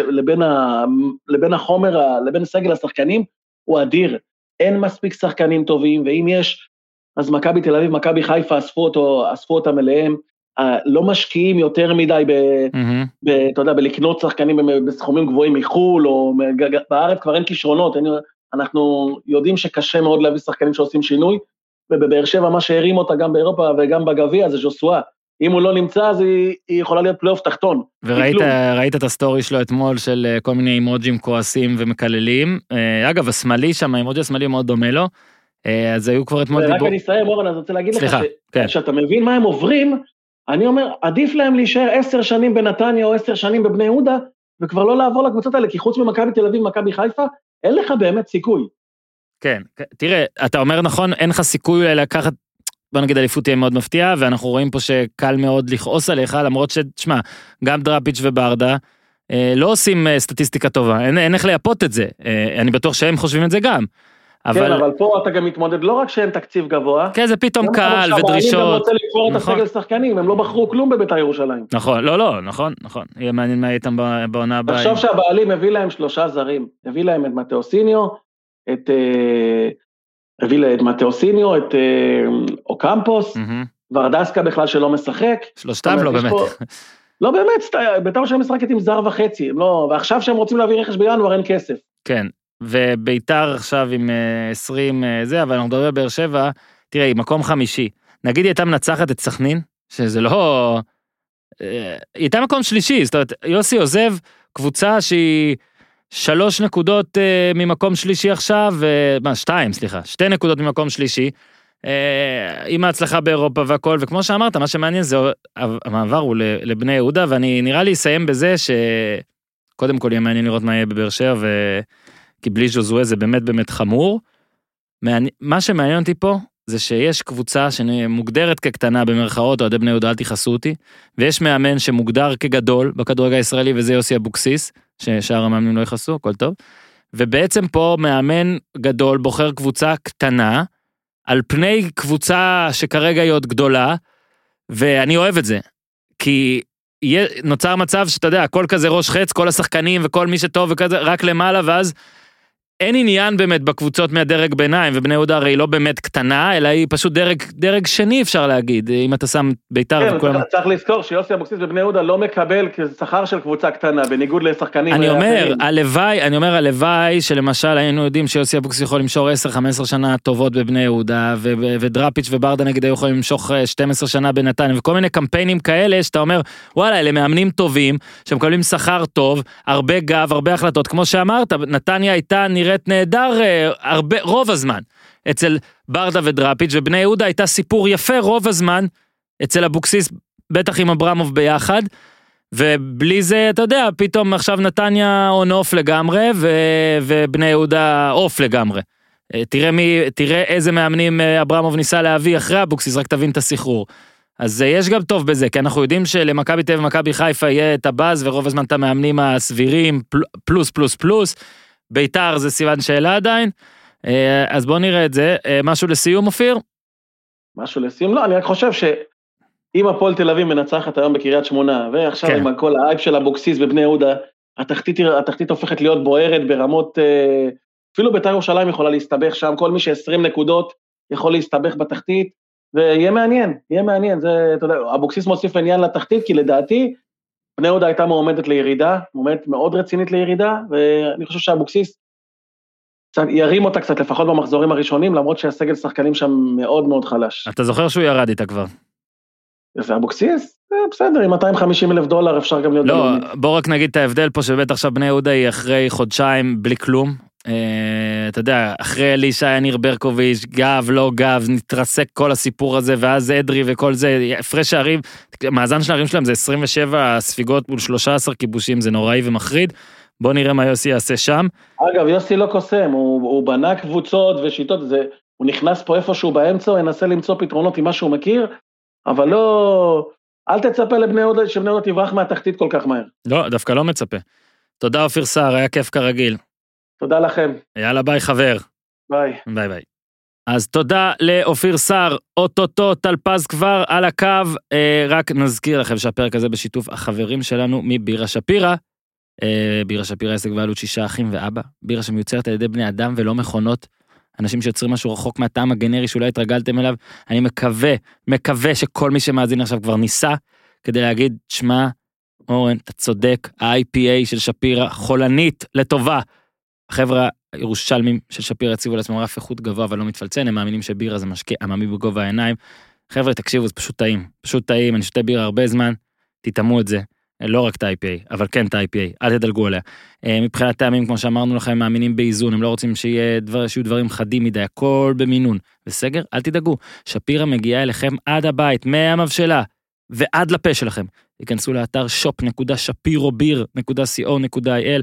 לבין החומר, לבין סגל השחקנים, הוא אדיר, אין מספיק שחקנים טובים, ואם יש, אז מכבי תל אביב, מכבי חיפה, אספו אותם אליהם, לא משקיעים יותר מדי אתה יודע, בלקנות שחקנים בסכומים גבוהים מחול, או בארץ כבר אין כישרונות, אנחנו יודעים שקשה מאוד להביא שחקנים שעושים שינוי, ובבאר שבע מה שהרים אותה גם באירופה וגם בגביע זה ז'וסואה, אם הוא לא נמצא אז היא יכולה להיות פלייאוף תחתון. וראית את הסטורי שלו אתמול של כל מיני אימוג'ים כועסים ומקללים, אגב השמאלי שם, האימוג'י השמאלי מאוד דומה לו, אז היו כבר אתמול דיבור. רק אני אסיים אורן, אז אני רוצה להגיד לך שאתה מבין מה הם עוברים, אני אומר, עדיף להם להישאר 10 שנים בנתניה או 10 שנים בבני יהודה, וכבר לא לעבור לקבוצות האלה, כי חוץ ממכבי תל אביב ומכבי חיפה, אין לך באמת סיכוי. כן, תראה, אתה אומר נכון, אין לך סיכוי לקחת, בוא נגיד אליפות תהיה מאוד מפתיעה, ואנחנו רואים פה שקל מאוד לכעוס עליך, למרות שתשמע, גם דראפיץ' וברדה, לא עושים סטטיסטיקה טובה, אין איך לייפות את זה, אני בטוח שהם חושבים את זה גם. כן, אבל פה אתה גם מתמודד, לא רק שאין תקציב גבוה, כן, זה פתאום קהל ודרישות. הם רוצה לבחור את הסגל שחקנים, הם לא בחרו כלום בביתר ירושלים. נכון, לא, נכון, יהיה מעניין מה איתם בעונה הבאה. עכשיו שהבעלים הביא להם 3 זרים, הביא להם את מתאוסיניו, את אוקמפוס, ורדסקה בכלל שלא משחק. שלושתם לא באמת. לא באמת, ביתר ירושלים משחקת עם זר וחצי, ועכשיו שהם רוצים להביא רכש בינואר אין כסף. כן. וביתר עכשיו עם 20 זה, אבל אנחנו מדברים באר שבע, תראה, היא מקום 5, נגיד היא הייתה מנצחת את סכנין, שזה לא, היא הייתה מקום 3, זאת אומרת, יוסי עוזב קבוצה שהיא 3 נקודות ממקום 3 עכשיו, 2 נקודות ממקום 3, עם ההצלחה באירופה והכל, וכמו שאמרת, מה שמעניין זה, המעבר הוא לבני יהודה, ואני נראה לי אסיים בזה, שקודם כל יהיה מעניין לראות מה יהיה בבאר שבע, כי בלי ז'וזואה זה באמת באמת חמור. מה שמעניין אותי פה, זה שיש קבוצה שמוגדרת כקטנה במרכאות, אוהדי בני יהודה, אל תכעסו אותי, ויש מאמן שמוגדר כגדול בכדורגל הישראלי, וזה יוסי אבוקסיס, ששאר המאמנים לא יכעסו, הכל טוב, ובעצם פה מאמן גדול בוחר קבוצה קטנה, על פני קבוצה שכרגע היא עוד גדולה, ואני אוהב את זה, כי נוצר מצב שאתה יודע, הכל כזה ראש חץ, כל השחקנים וכל מי שטוב וכזה, רק למעלה, ואז אין עניין באמת בקבוצות מהדרג ביניים, ובני יהודה הרי היא לא באמת קטנה, אלא היא פשוט דרג שני אפשר להגיד, אם אתה שם ביתר כן, וכולם... צריך לזכור שיוסי אבוקסיס בבני יהודה לא מקבל כשכר של קבוצה קטנה, בניגוד לשחקנים... אני אומר, הלוואי שלמשל היינו יודעים שיוסי אבוקסיס יכול למשוך 10-15 שנה טובות בבני יהודה, ודראפיץ' וברדה נגיד היו יכולים למשוך 12 שנה בנתניה, וכל מיני קמפיינים כאלה שאתה אומר, וואלה, אלה מאמנים טובים, שמקבלים שכר טוב, הרבה גב, הרבה החלטות, כמו שאמרת, נתניה הייתה נראית נהדר רוב הזמן אצל ברדה ודראפיץ', ובני יהודה הייתה סיפור יפה רוב הזמן אצל אבוקסיס, בטח עם אברמוב ביחד, ובלי זה, אתה יודע, פתאום עכשיו נתניה און אוף לגמרי, ובני יהודה אוף לגמרי. תראה איזה מאמנים אברמוב ניסה להביא אחרי אבוקסיס, רק תבין את הסחרור. אז יש גם טוב בזה, כי אנחנו יודעים שלמכבי תל אביב ומכבי חיפה יהיה את הבאז, ורוב הזמן את המאמנים הסבירים, פלוס פלוס פלוס, ביתר זה סימן שאלה עדיין, אז בואו נראה את זה. משהו לסיום, אופיר? משהו לסיום? לא, אני רק חושב שאם הפועל תל אביב מנצחת היום בקריית שמונה, ועכשיו עם כל האייפ של אבוקסיס בבני יהודה, התחתית הופכת להיות בוערת ברמות, אפילו ביתר ירושלים יכולה להסתבך שם, כל מי ש20 נקודות יכול להסתבך בתחתית, ויהיה מעניין, זה, אתה יודע, אבוקסיס מוסיף עניין לתחתית, כי לדעתי, בני יהודה הייתה מועמדת לירידה, מועמדת מאוד רצינית לירידה, ואני חושב שאבוקסיס ירים אותה קצת, לפחות במחזורים הראשונים, למרות שהסגל שחקנים שם מאוד מאוד חלש. אתה זוכר שהוא ירד איתה כבר? זה אבוקסיס? בסדר, עם $250,000 אפשר גם להיות... לא, בוא רק נגיד את ההבדל פה, שבאמת עכשיו בני יהודה היא אחרי חודשיים בלי כלום, אתה יודע, אחרי אלישע, יניר ברקוביץ', גב, לא גב, נתרסק כל הסיפור הזה, ואז אדרי וכל זה, הפרש שערים, מאזן של הערים שלהם זה 27 ספיגות מול 13 כיבושים, זה נוראי ומחריד, בוא נראה מה יוסי יעשה שם. אגב, יוסי לא קוסם, הוא בנה קבוצות ושיטות, הוא נכנס פה איפשהו באמצע, הוא ינסה למצוא פתרונות עם מה שהוא מכיר, אבל לא, אל תצפה לבני יהודה, שבני יהודה תברח מהתחתית כל כך מהר. לא, דווקא לא מצפה. תודה אופיר סער, היה כיף כרגיל. תודה לכם. יאללה ביי חבר. ביי. ביי ביי. אז תודה לאופיר סער, אוטוטו טלפז כבר על הקו, רק נזכיר לכם שהפרק הזה בשיתוף החברים שלנו מבירה שפירא, בירה שפירא עסק בעלות 6 אחים ואבא, בירה שמיוצרת על ידי בני אדם ולא מכונות, אנשים שיוצרים משהו רחוק מהטעם הגנרי שאולי התרגלתם אליו, אני מקווה שכל מי שמאזין עכשיו כבר ניסה, כדי להגיד, שמע, אורן, אתה צודק, ה-IPA של שפירא חולנית לטובה, החבר'ה ירושלמים של שפירא הציבו לעצמם רף איכות גבוה, אבל לא מתפלצן, הם מאמינים שבירה זה משקה עממי בגובה העיניים, חבר'ה תקשיבו, זה פשוט טעים, אני שותה בירה הרבה זמן, תתאמו את זה, לא רק את ה-IPA, אבל כן את ה-IPA, אל תדלגו עליה. מבחינת טעמים, כמו שאמרנו לכם, הם מאמינים באיזון, הם לא רוצים שיהיו דברים חדים מדי, הכל במינון, וסגר, אל תדאגו, שפירא מגיעה אליכם עד הבית, מהמבשלה, ועד לפה שלכם. ייכנסו לאתר shop.shapirobir.co.il,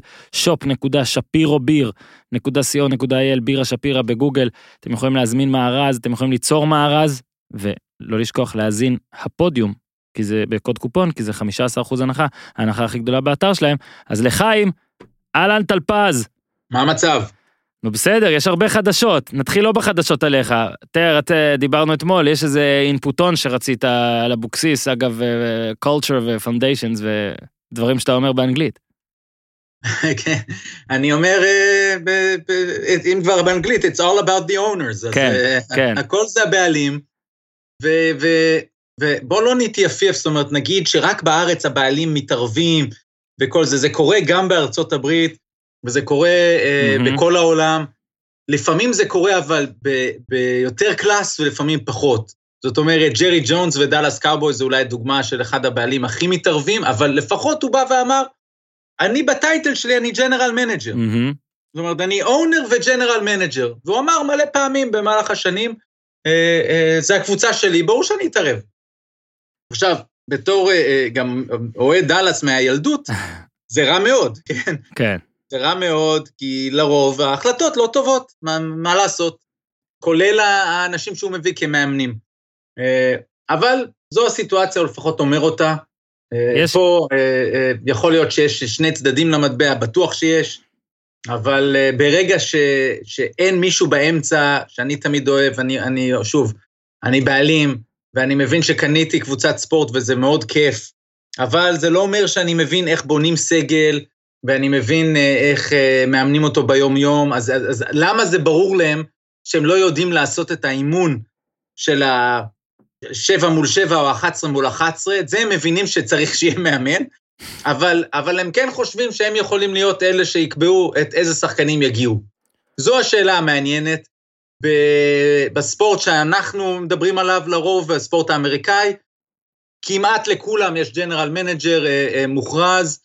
shop.shapirobir.co.il, בירה שפירא בגוגל, אתם יכולים להזמין מארז, אתם יכולים ליצור מארז, ולא לשכוח להזין הפודיום, כי זה בקוד קופון, כי זה 15% הנחה, ההנחה הכי גדולה באתר שלהם, אז לחיים, אלן טלפז. מה המצב? נו בסדר, יש הרבה חדשות, נתחיל לא בחדשות עליך, דיברנו אתמול, יש איזה אינפוטון שרצית על אבוקסיס, אגב, culture ו-foundations ודברים שאתה אומר באנגלית. כן, אני אומר, אם כבר באנגלית, it's all about the owners, כן. הכל זה הבעלים, ובוא לא נתייפייף, זאת אומרת, נגיד שרק בארץ הבעלים מתערבים, וכל זה, זה קורה גם בארצות הברית, וזה קורה בכל העולם, לפעמים זה קורה אבל ביותר קלאס ולפעמים פחות, זאת אומרת ג'רי ג'ונס ודלס קאובויז זה אולי דוגמה של אחד הבעלים הכי מתערבים, אבל לפחות הוא בא ואמר, אני בטייטל שלי אני ג'נרל מנג'ר, זאת אומרת אני אונר וג'נרל מנג'ר, והוא אמר מלא פעמים במהלך השנים, זה הקבוצה שלי, ברור שאני אתערב. עכשיו, בתור גם אוהד דלס מהילדות, זה רע מאוד, כן? כן. זה רע מאוד, כי לרוב ההחלטות לא טובות, מה לעשות? כולל האנשים שהוא מביא כמאמנים. אבל זו הסיטואציה, הוא לפחות אומר אותה. פה יכול להיות שיש שני צדדים למטבע, בטוח שיש, אבל ברגע שאין מישהו באמצע, שאני תמיד אוהב, אני בעלים, ואני מבין שקניתי קבוצת ספורט, וזה מאוד כיף, אבל זה לא אומר שאני מבין איך בונים סגל, ואני מבין איך מאמנים אותו ביום יום, אז למה זה ברור להם שהם לא יודעים לעשות את האימון של ה7 מול 7 או 11 מול 11, את זה הם מבינים שצריך שיהיה מאמן, אבל הם כן חושבים שהם יכולים להיות אלה שיקבעו את איזה שחקנים יגיעו. זו השאלה המעניינת, בספורט שאנחנו מדברים עליו לרוב, הספורט האמריקאי, כמעט לכולם יש ג'נרל מנג'ר מוכרז,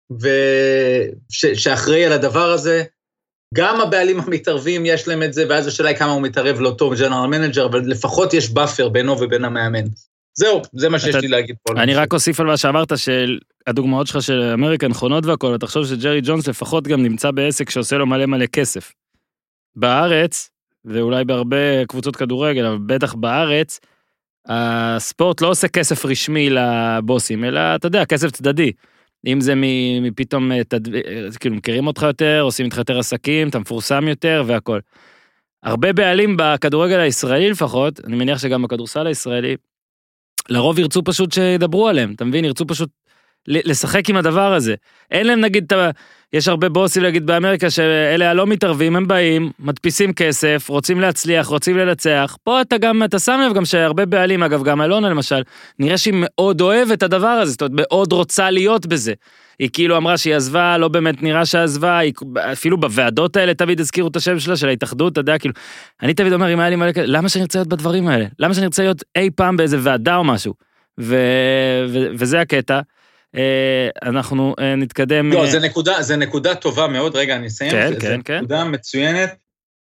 שאחראי על הדבר הזה, גם הבעלים המתערבים יש להם את זה, ואז השאלה היא כמה הוא מתערב לא טוב ג'נרל מנג'ר, אבל לפחות יש באפר בינו ובין המאמן. זהו, זה מה שיש לי להגיד פה. אני רק אוסיף על מה שאמרת, שהדוגמאות שלך של אמריקה נכונות והכל, תחשוב שג'רי ג'ונס לפחות גם נמצא בעסק שעושה לו מלא מלא כסף. בארץ, ואולי בהרבה קבוצות כדורגל, אבל בטח בארץ, הספורט לא עושה כסף רשמי לבוסים, אלא, אתה יודע, כסף צדדי. אם זה מפתאום, כאילו, מכירים אותך יותר, עושים איתך יותר עסקים, אתה מפורסם יותר והכל. הרבה בעלים בכדורגל הישראלי לפחות, אני מניח שגם בכדורסל הישראלי, לרוב ירצו פשוט שידברו עליהם, אתה מבין? ירצו פשוט לשחק עם הדבר הזה. אין להם נגיד, יש הרבה בוסים להגיד באמריקה שאלה הלא מתערבים, הם באים, מדפיסים כסף, רוצים להצליח, רוצים לנצח. פה אתה שם לב גם שהרבה בעלים, אגב גם אלונה למשל, נראה שהיא מאוד אוהבת את הדבר הזה, זאת אומרת, מאוד רוצה להיות בזה. היא כאילו אמרה שהיא עזבה, לא באמת נראה שעזבה, אפילו בוועדות האלה תמיד הזכירו את השם שלה, של ההתאחדות, אתה יודע, כאילו, אני תמיד אומר, אם היה לי מלא, למה שאני ארצה להיות בדברים האלה? למה שאני ארצה להיות אי פעם באיזה ועדה או משהו? וזה הקטע. אנחנו נתקדם. לא, זה נקודה טובה מאוד, רגע, אני אסיים. כן. זה נקודה מצוינת,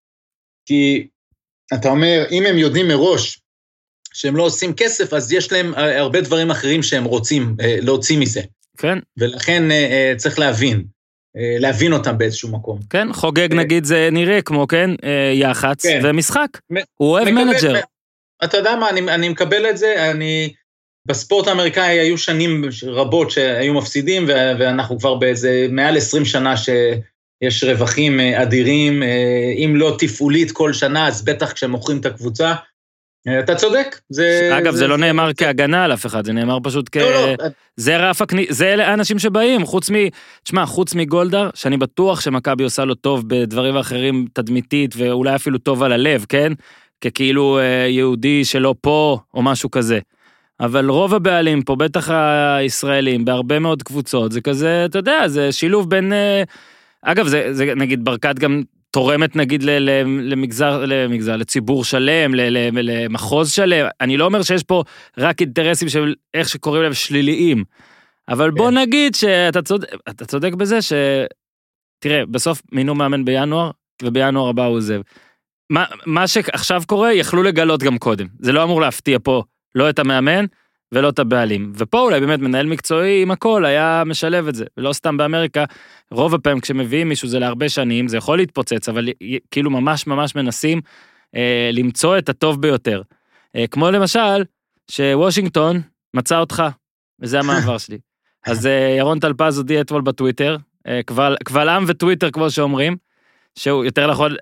כי אתה אומר, אם הם יודעים מראש שהם לא עושים כסף, אז יש להם הרבה דברים אחרים שהם רוצים להוציא מזה. כן. ולכן צריך להבין אותם באיזשהו מקום. כן, חוגג נגיד זה נראה כמו, כן, יח"צ ומשחק. הוא אוהב מנג'ר. אתה יודע מה, אני מקבל את זה, בספורט האמריקאי היו שנים רבות שהיו מפסידים, ואנחנו כבר באיזה מעל 20 שנה שיש רווחים אדירים, אם לא תפעולית כל שנה, אז בטח כשהם מוכרים את הקבוצה, אתה צודק. אגב, זה לא נאמר כהגנה על אף אחד, זה נאמר פשוט זה רף זה האנשים שבאים, חוץ מגולדהר, שאני בטוח שמכבי עושה לו טוב בדברים אחרים תדמיתית, ואולי אפילו טוב על הלב, כן? ככאילו יהודי שלא פה, או משהו כזה. אבל רוב הבעלים פה, בטח הישראלים, בהרבה מאוד קבוצות, זה כזה, אתה יודע, זה שילוב בין, אגב, זה נגיד ברקת גם תורמת נגיד למגזר, לציבור שלם, למחוז שלם, אני לא אומר שיש פה רק אינטרסים של איך שקוראים להם שליליים, אבל בוא נגיד שאתה צודק בזה תראה, בסוף מינו מאמן בינואר, ובינואר הבא הוא עוזב. מה שעכשיו קורה, יכלו לגלות גם קודם, זה לא אמור להפתיע פה, לא את המאמן ולא את הבעלים. ופה אולי באמת מנהל מקצועי עם הכל היה משלב את זה. ולא סתם באמריקה, רוב הפעמים כשמביאים מישהו זה להרבה שנים, זה יכול להתפוצץ, אבל כאילו ממש ממש מנסים למצוא את הטוב ביותר. כמו למשל, שוושינגטון מצא אותך, וזה המעבר שלי. אז ירון טלפז הודיע אתמול בטוויטר, קבל עם וטוויטר כמו שאומרים, שהוא יותר נכון,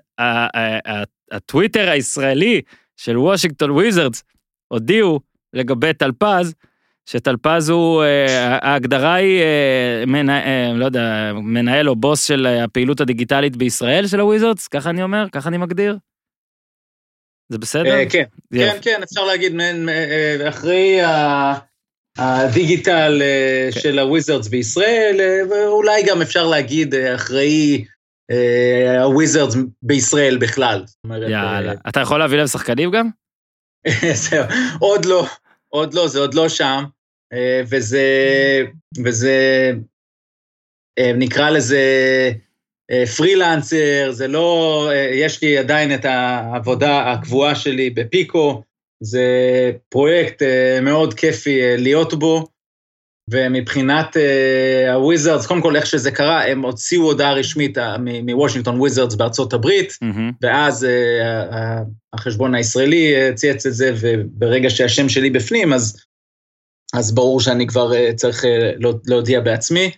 הטוויטר הישראלי של וושינגטון וויזרדס, הודיעו לגבי טלפז, שטלפז הוא, ההגדרה היא, לא יודע, מנהל או בוס של הפעילות הדיגיטלית בישראל של הוויזרדס, ככה אני אומר, ככה אני מגדיר? זה בסדר? כן, אפשר להגיד, אחרי הדיגיטל של הוויזרדס בישראל, ואולי גם אפשר להגיד אחרי הוויזרדס בישראל בכלל. יאללה, אתה יכול להביא להם שחקנים גם? זהו, עוד לא, זה עוד לא שם, וזה נקרא לזה פרילנסר, זה לא, יש לי עדיין את העבודה הקבועה שלי בפיקו, זה פרויקט מאוד כיפי להיות בו, ומבחינת הוויזרדס, קודם כל איך שזה קרה, הם הוציאו הודעה רשמית מוושינגטון וויזרדס בארצות הברית, ואז החשבון הישראלי צייץ את זה, וברגע שהשם שלי בפנים, אז ברור שאני כבר צריך להודיע בעצמי,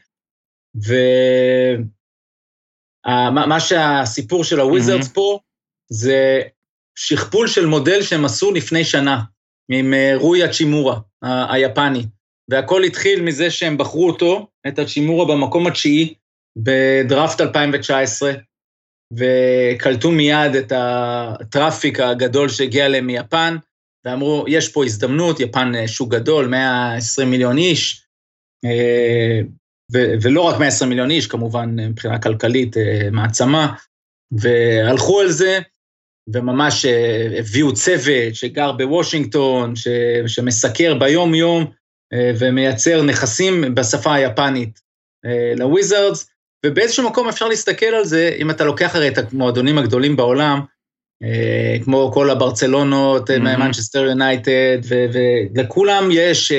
ומה שהסיפור של הוויזרדס פה, זה שכפול של מודל שהם עשו לפני שנה, עם רוי הצ'ימורה, היפני, והכל התחיל מזה שהם בחרו אותו, את הצ'ימורה במקום התשיעי, בדראפט 2019, וקלטו מיד את הטראפיק הגדול שהגיע להם מיפן, ואמרו, יש פה הזדמנות, יפן שוק גדול, 120 מיליון איש, ולא רק 120 מיליון איש, כמובן מבחינה כלכלית, מעצמה, והלכו על זה, וממש הביאו צוות שגר בוושינגטון, שמסקר ביום יום, ומייצר נכסים בשפה היפנית לוויזרדס, ובאיזשהו מקום אפשר להסתכל על זה, אם אתה לוקח הרי את המועדונים הגדולים בעולם, כמו כל הברצלונות, מנצ'סטר יונייטד, ולכולם יש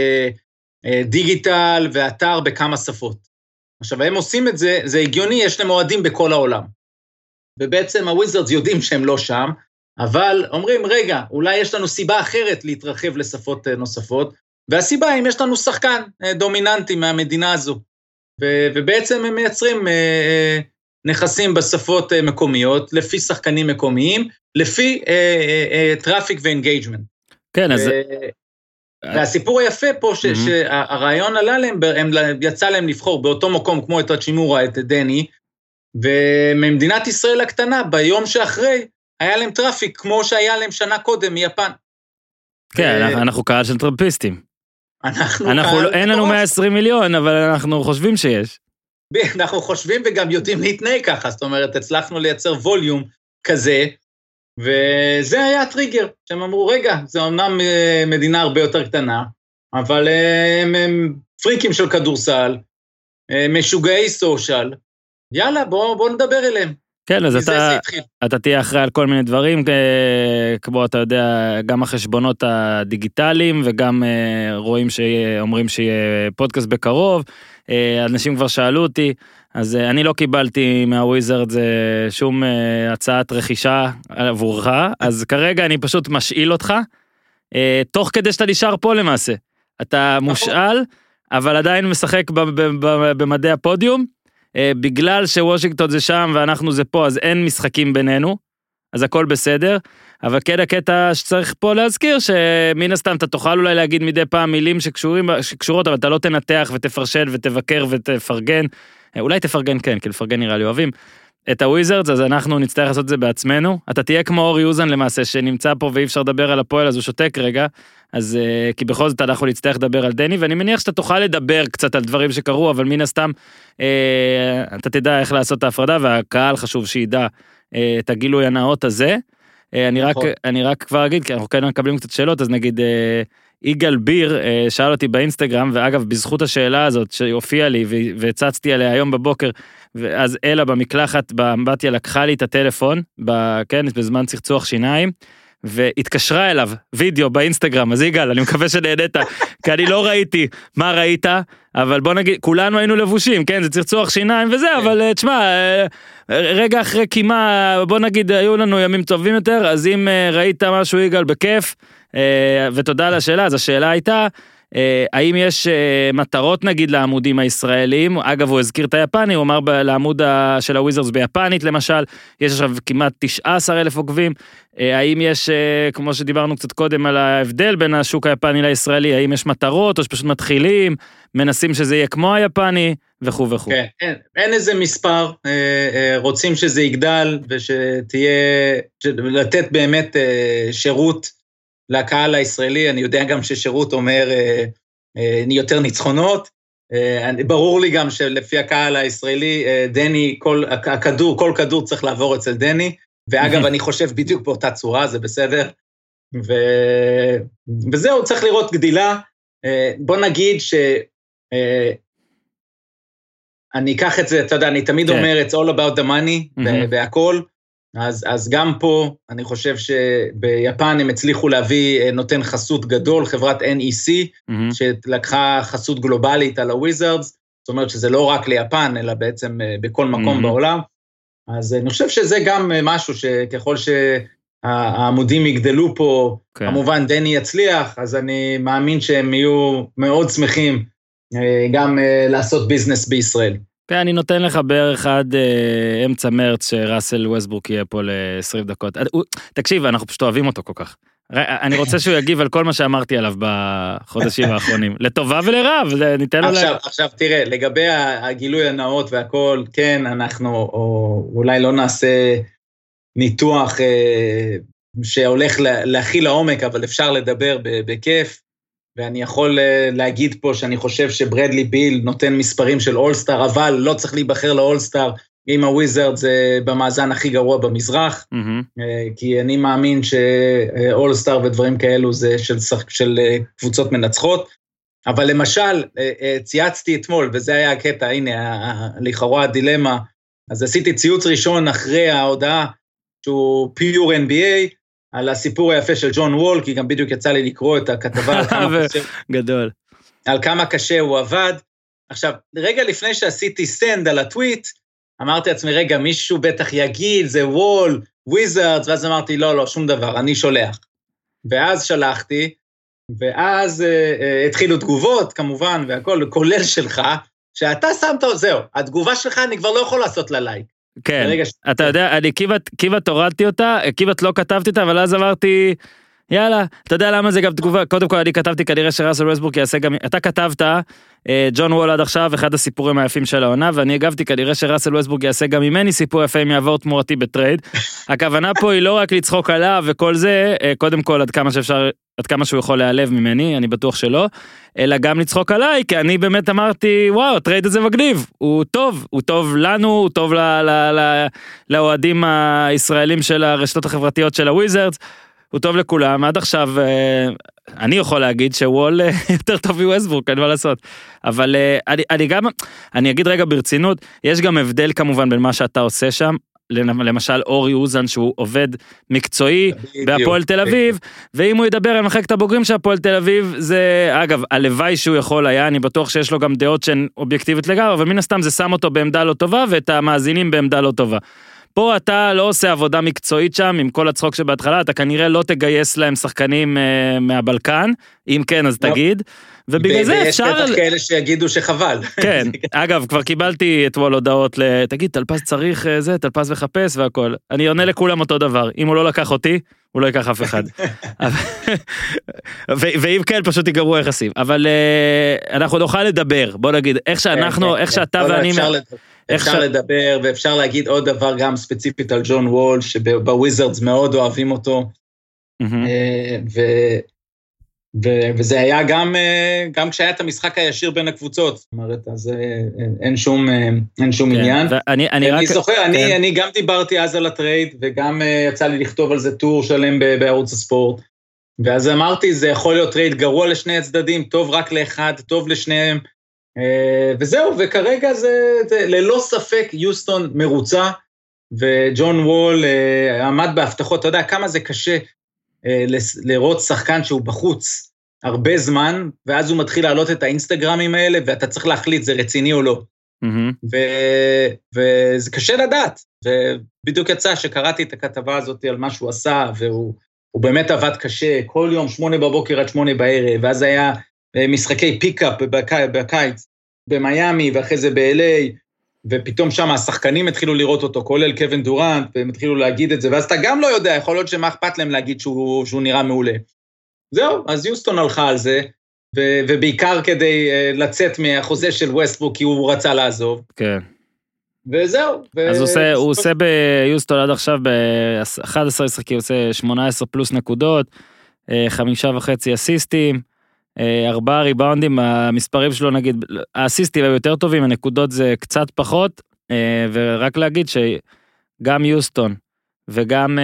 דיגיטל ואתר בכמה שפות. עכשיו, הם עושים את זה, זה הגיוני, יש להם אוהדים בכל העולם. ובעצם הוויזרדס יודעים שהם לא שם, אבל אומרים, רגע, אולי יש לנו סיבה אחרת להתרחב לשפות נוספות, והסיבה אם יש לנו שחקן דומיננטי מהמדינה הזו, ובעצם הם מייצרים נכסים בשפות מקומיות, לפי שחקנים מקומיים, לפי טראפיק ואנגייג'מנט. כן, אז... והסיפור היפה פה, שהרעיון עלה להם, יצא להם לבחור באותו מקום, כמו את הצ'ימורה, את דני, וממדינת ישראל הקטנה, ביום שאחרי, היה להם טראפיק, כמו שהיה להם שנה קודם מיפן. כן, אנחנו קהל של טראמפיסטים. אין לנו 120 מיליון, אבל אנחנו חושבים שיש. אנחנו חושבים וגם יודעים להתנהג ככה, זאת אומרת, הצלחנו לייצר ווליום כזה, וזה היה הטריגר, שהם אמרו, רגע, זה אומנם מדינה הרבה יותר קטנה, אבל הם פריקים של כדורסל, משוגעי סושל, יאללה, בוא נדבר אליהם. כן, אז אתה תהיה אחראי על כל מיני דברים, כמו אתה יודע, גם החשבונות הדיגיטליים, וגם אומרים שיהיה פודקאסט בקרוב, אנשים כבר שאלו אותי, אז אני לא קיבלתי מהוויזרדס שום הצעת רכישה עבורך, אז כרגע אני פשוט משאיל אותך, תוך כדי שאתה נשאר פה למעשה. אתה מושאל, אבל עדיין משחק במדעי הפודיום, בגלל שוושינגטון זה שם ואנחנו זה פה, אז אין משחקים בינינו, אז הכל בסדר, אבל כן הקטע שצריך פה להזכיר, שמן הסתם אתה תוכל אולי להגיד מדי פעם מילים שקשורות, אבל אתה לא תנתח ותפרשל ותבקר ותפרגן, אולי תפרגן כן, כי לפרגן נראה לי אוהבים, את הוויזרדס, אז אנחנו נצטרך לעשות את זה בעצמנו, אתה תהיה כמו אורי אוזן למעשה, שנמצא פה ואי אפשר לדבר על הפועל, אז הוא שותק רגע, אז כי בכל זאת אנחנו נצטרך לדבר על דני, ואני מניח שאתה תוכל לדבר קצת על דברים שקרו, אבל מן הסתם, אתה תדע איך לעשות את ההפרדה, והקהל חשוב שידע את הגילוי הנאות הזה, אני רק כבר אגיד, כי אנחנו כאן מקבלים קצת שאלות, אז נגיד, יגאל ביר שאל אותי באינסטגרם, ואגב, בזכות השאלה הזאת שהופיעה לי, והצצתי עליה היום בבוקר, ואז אלה במקלחת, באמבטיה לקחה לי את הטלפון, כן, בזמן צחצוח שיניים, והתקשרה אליו וידאו באינסטגרם, אז יגאל, אני מקווה שנהנית, כי אני לא ראיתי מה ראית, אבל בוא נגיד, כולנו היינו לבושים, כן, זה צחצוח שיניים וזה, אבל תשמע, רגע אחרי קימה, בוא נגיד, היו לנו ימים טובים יותר, אז אם ראית משהו יגאל בכיף, ותודה על השאלה, אז השאלה הייתה, האם יש מטרות נגיד לעמודים הישראלים, אגב הוא הזכיר את היפני, הוא אמר לעמוד של הוויזרדס ביפנית למשל, יש עכשיו כמעט 19,000 עוקבים, האם יש, כמו שדיברנו קצת קודם על ההבדל בין השוק היפני לישראלי, האם יש מטרות או שפשוט מתחילים, מנסים שזה יהיה כמו היפני וכו' וכו'. כן, אין איזה מספר, רוצים שזה יגדל ושתהיה, לתת באמת שירות, לקהל הישראלי, אני יודע גם ששירות אומר יותר ניצחונות, ברור לי גם שלפי הקהל הישראלי, דני, כל כדור צריך לעבור אצל דני, ואגב אני חושב בדיוק באותה צורה, זה בסדר, וזהו, צריך לראות גדילה, בוא נגיד אני אקח את זה, אתה יודע, אני תמיד אומר, it's all about the money, והכל, אז גם פה, אני חושב שביפן הם הצליחו להביא נותן חסות גדול, חברת NEC, שלקחה חסות גלובלית על הוויזרדס, זאת אומרת שזה לא רק ליפן, אלא בעצם בכל מקום בעולם, אז אני חושב שזה גם משהו שככל שהעמודים יגדלו פה, כמובן דני יצליח, אז אני מאמין שהם יהיו מאוד שמחים גם לעשות ביזנס בישראל. כן, אני נותן לך בערך עד אמצע מרץ שראסל ווסטברוק יהיה פה ל-20 דקות. תקשיב, אנחנו פשוט אוהבים אותו כל כך. אני רוצה שהוא יגיב על כל מה שאמרתי עליו בחודשים האחרונים. לטובה ולרע, ניתן לו... עכשיו תראה, לגבי הגילוי הנאות והכל, כן, אנחנו אולי לא נעשה ניתוח שהולך להכיל לעומק, אבל אפשר לדבר בכיף. ואני יכול להגיד פה שאני חושב שברדלי ביל נותן מספרים של אולסטאר, אבל לא צריך להיבחר לאולסטאר, עם הוויזרד זה במאזן הכי גרוע במזרח, כי אני מאמין שאולסטאר ודברים כאלו זה של קבוצות מנצחות, אבל למשל, צייצתי אתמול, וזה היה הקטע, הנה, לכאורה הדילמה, אז עשיתי ציוץ ראשון אחרי ההודעה, שהוא פיור NBA, על הסיפור היפה של ג'ון וול, כי גם בדיוק יצא לי לקרוא את הכתבה על כמה קשה, גדול. על כמה קשה הוא עבד. עכשיו, רגע לפני שעשיתי סנד על הטוויט, אמרתי לעצמי, רגע, מישהו בטח יגיד, זה וול, וויזרדס, ואז אמרתי, לא, שום דבר, אני שולח. ואז שלחתי, ואז התחילו תגובות, כמובן, והכל, כולל שלך, שאתה שמת, זהו, התגובה שלך אני כבר לא יכול לעשות לה לייק. כן, אתה יודע, אני כיוות הורדתי אותה, כיוות לא כתבתי אותה, אבל אז אמרתי, יאללה, אתה יודע למה זה גם תגובה, קודם כל אני כתבתי כנראה שראסל ווסטברוק יעשה גם, אתה כתבת, ג'ון וול עד עכשיו, אחד הסיפורים היפים של העונה, ואני הגבתי כנראה שראסל ווסטברוק יעשה גם ממני סיפור יפה אם יעבור תמורתי בטרייד, הכוונה פה היא לא רק לצחוק עליו וכל זה, קודם כל עד כמה שהוא יכול להיעלב ממני, אני בטוח שלא, אלא גם לצחוק עליי, כי אני באמת אמרתי, וואו, הטרייד הזה מגניב, הוא טוב לנו, הוא טוב לאוהדים הישראלים של הרשתות החברתיות של הוויזרדס, הוא טוב לכולם, עד עכשיו אני יכול להגיד שוול יותר טוב מווסטברוק, אין מה לעשות, אבל אני אגיד רגע ברצינות, יש גם הבדל כמובן בין מה שאתה עושה שם, למשל אורי אוזן שהוא עובד מקצועי בהפועל תל אביב, ואם הוא ידבר עם מחלקת הבוגרים של הפועל תל אביב, זה אגב, הלוואי שהוא יכול היה, אני בטוח שיש לו גם דעות שהן אובייקטיבית לגמרי, אבל מן הסתם זה שם אותו בעמדה לא טובה, ואת המאזינים בעמדה לא טובה. פה אתה לא עושה עבודה מקצועית שם, עם כל הצחוק שבהתחלה, אתה כנראה לא תגייס להם שחקנים מהבלקן, אם כן אז תגיד, ובגלל זה אפשר... ויש בטח כאלה שיגידו שחבל. כן, אגב, כבר קיבלתי אתמול הודעות תגיד, תלפס צריך זה, תלפס וחפש והכל. אני עונה לכולם אותו דבר, אם הוא לא לקח אותי, הוא לא ייקח אף אחד. ואם כן, פשוט ייגמרו יחסים. אבל אנחנו נוכל לדבר, בוא נגיד, איך שאתה ואני... אפשר לדבר, ואפשר להגיד עוד דבר גם ספציפית על ג'ון וול, שבוויזרדס מאוד אוהבים אותו, וזה היה גם כשהיה את המשחק הישיר בין הקבוצות, זאת אומרת, אז אין שום עניין. אני זוכר, אני גם דיברתי אז על הטרייד, וגם יצא לי לכתוב על זה טור שלם בערוץ הספורט, ואז אמרתי, זה יכול להיות טרייד גרוע לשני הצדדים, טוב רק לאחד, טוב לשניהם, וזהו, וכרגע זה ללא ספק יוסטון מרוצה, וג'ון וול עמד בהבטחות, אתה יודע כמה זה קשה לראות שחקן שהוא בחוץ הרבה זמן, ואז הוא מתחיל לעלות את האינסטגרמים האלה, ואתה צריך להחליט זה רציני או לא, וזה קשה לדעת, ובדיוק יצא שקראתי את הכתבה הזאת על מה שהוא עשה, והוא באמת עבד קשה, כל יום 8 בבוקר עד 8 בערב, ואז היה משחקי פיקאפ בקיץ, במיימי, ואחרי זה ב-LA, ופתאום שם השחקנים התחילו לראות אותו, כולל קווין דורנט, והם התחילו להגיד את זה, ואז אתה גם לא יודע, יכול להיות שמה אכפת להם להגיד שהוא נראה מעולה. זהו, אז יוסטון הלכה על זה, ובעיקר כדי לצאת מהחוזה של ווסטברוק, כי הוא רצה לעזוב. כן. וזהו. אז הוא עושה ביוסטון עד עכשיו ב-11 משחקים, הוא עושה 18 פלוס נקודות, 5.5 אסיסטים, 4 ריבאונדים, המספרים שלו נגיד, האסיסטים היו יותר טובים, הנקודות זה קצת פחות, ורק להגיד שגם יוסטון, וגם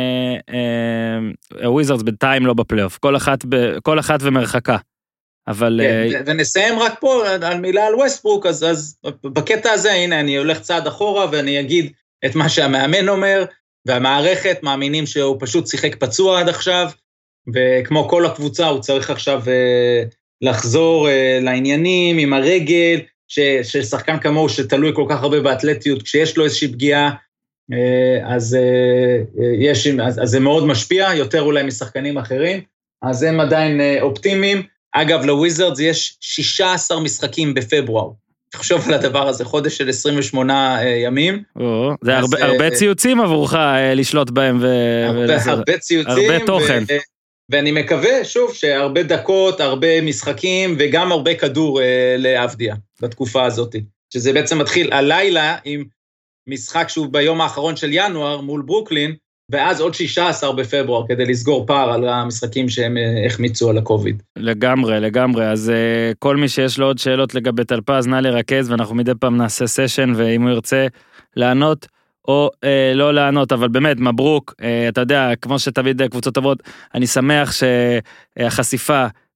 וויזרדס בינתיים לא בפלייאוף, כל אחת ומרחקה, אבל... ונסיים רק פה על מילה על ווסטברוק, אז בקטע הזה, הנה, אני הולך צעד אחורה, ואני אגיד את מה שהמאמן אומר, והמערכת מאמינים שהוא פשוט שיחק פצוע עד עכשיו, וכמו כל הקבוצה, הוא צריך עכשיו לחזור לעניינים עם הרגל, ששחקן כמוהו שתלוי כל כך הרבה באתלטיות, כשיש לו איזושהי פגיעה, אז זה מאוד משפיע, יותר אולי משחקנים אחרים, אז הם עדיין אופטימיים. אגב, לוויזרדס יש 16 משחקים בפברואר. תחשוב על הדבר הזה, חודש של 28 ימים. זה הרבה ציוצים עבורך לשלוט בהם. הרבה ציוצים. הרבה תוכן. ואני מקווה, שוב, שהרבה דקות, הרבה משחקים, וגם הרבה כדור לאבדיה, בתקופה הזאת. שזה בעצם מתחיל הלילה עם משחק שהוא ביום האחרון של ינואר, מול ברוקלין, ואז עוד 16 בפברואר, כדי לסגור פער על המשחקים שהם החמיצו על הקוביד. לגמרי. אז כל מי שיש לו עוד שאלות לגבי תלפז, נא לרכז, ואנחנו מדי פעם נעשה סשן, ואם הוא ירצה לענות, או לא לענות, אבל באמת, מברוק, אתה יודע, כמו שתמיד קבוצות טובות, אני שמח שהחשיפה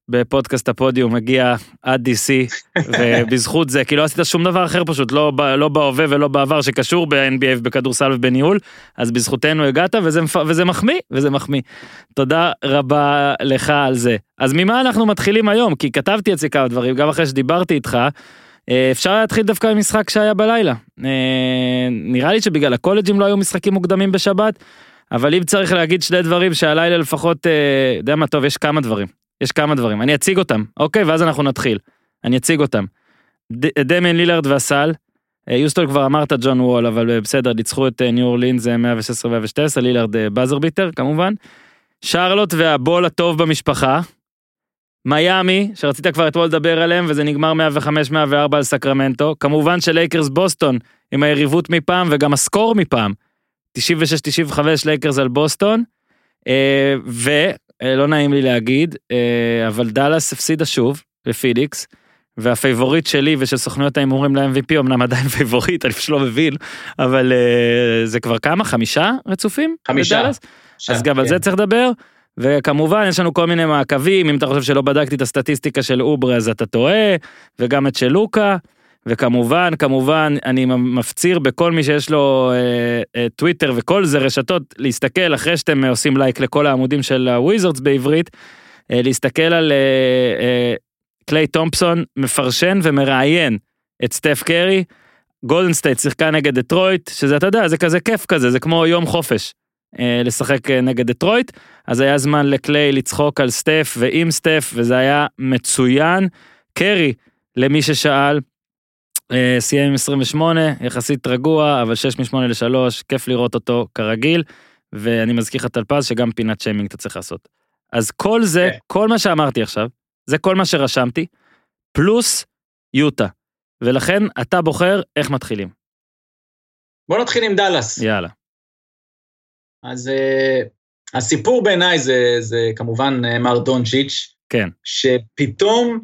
בפודקאסט הפודיום מגיע עד DC, ובזכות זה, כי לא עשית שום דבר אחר פשוט, לא בהווה ולא בעבר שקשור ב-NBA בכדורסל ובניהול, אז בזכותנו הגעת, וזה מחמיא. תודה רבה לך על זה. אז ממה אנחנו מתחילים היום? כי כתבתי אצלי כמה דברים, גם אחרי שדיברתי איתך, אפשר להתחיל דווקא עם משחק שהיה בלילה. נראה לי שבגלל הקולג'ים לא היו משחקים מוקדמים בשבת, אבל אם צריך להגיד שני דברים שהלילה לפחות, יודע מה טוב, יש כמה דברים, אני אציג אותם, אוקיי, ואז אנחנו נתחיל, אני אציג אותם. דמיין לילארד והסל, יוסטון כבר אמרת ג'ון וול, אבל בסדר, ניצחו את ניו אורלינס 116-112, לילארד בזר ביטר, כמובן. שרלוט והבול הטוב במשפחה, מיאמי, שרצית כבר אתמול לדבר עליהם, וזה נגמר 105-104 על סקרמנטו, כמובן שלייקרס בוסטון, עם היריבות מפעם, וגם הסקור מפעם, 96-95 לייקרס על בוסטון, ולא נעים לי להגיד, אבל דלס הפסידה שוב לפיליקס, והפייבוריט שלי ושל סוכנויות ההימורים ל-MVP, אמנם עדיין פייבוריט, אני פשוט לא מבין, אבל זה כבר כמה? 5 רצופים? 5. אז גם על זה צריך לדבר, וכמובן יש לנו כל מיני מעקבים, אם אתה חושב שלא בדקתי את הסטטיסטיקה של אוברה, אז אתה טועה, וגם את של לוקה, וכמובן, אני מפציר בכל מי שיש לו טוויטר וכל זה רשתות, להסתכל אחרי שאתם עושים לייק לכל העמודים של הוויזרדס בעברית, להסתכל על קליי תומפסון מפרשן ומראיין את סטף קרי, גולדן סטייט שיחקה נגד דטרויט, שזה אתה יודע, זה כזה כיף כזה, זה כמו יום חופש לשחק נגד דטרויט, אז היה זמן לקליי לצחוק על סטף ועם סטף, וזה היה מצוין. קרי, למי ששאל, סיים עם 28, יחסית רגוע, אבל 6-8-3, כיף לראות אותו כרגיל, ואני מזכיר לך תלפז שגם פינת שיימינג אתה צריך לעשות. אז כל זה, כל מה שאמרתי עכשיו, זה כל מה שרשמתי, פלוס יוטה, ולכן אתה בוחר איך מתחילים. בוא נתחיל עם דלס. יאללה. אז הסיפור בעיניי זה כמובן מר דונצ'יץ', כן. שפתאום,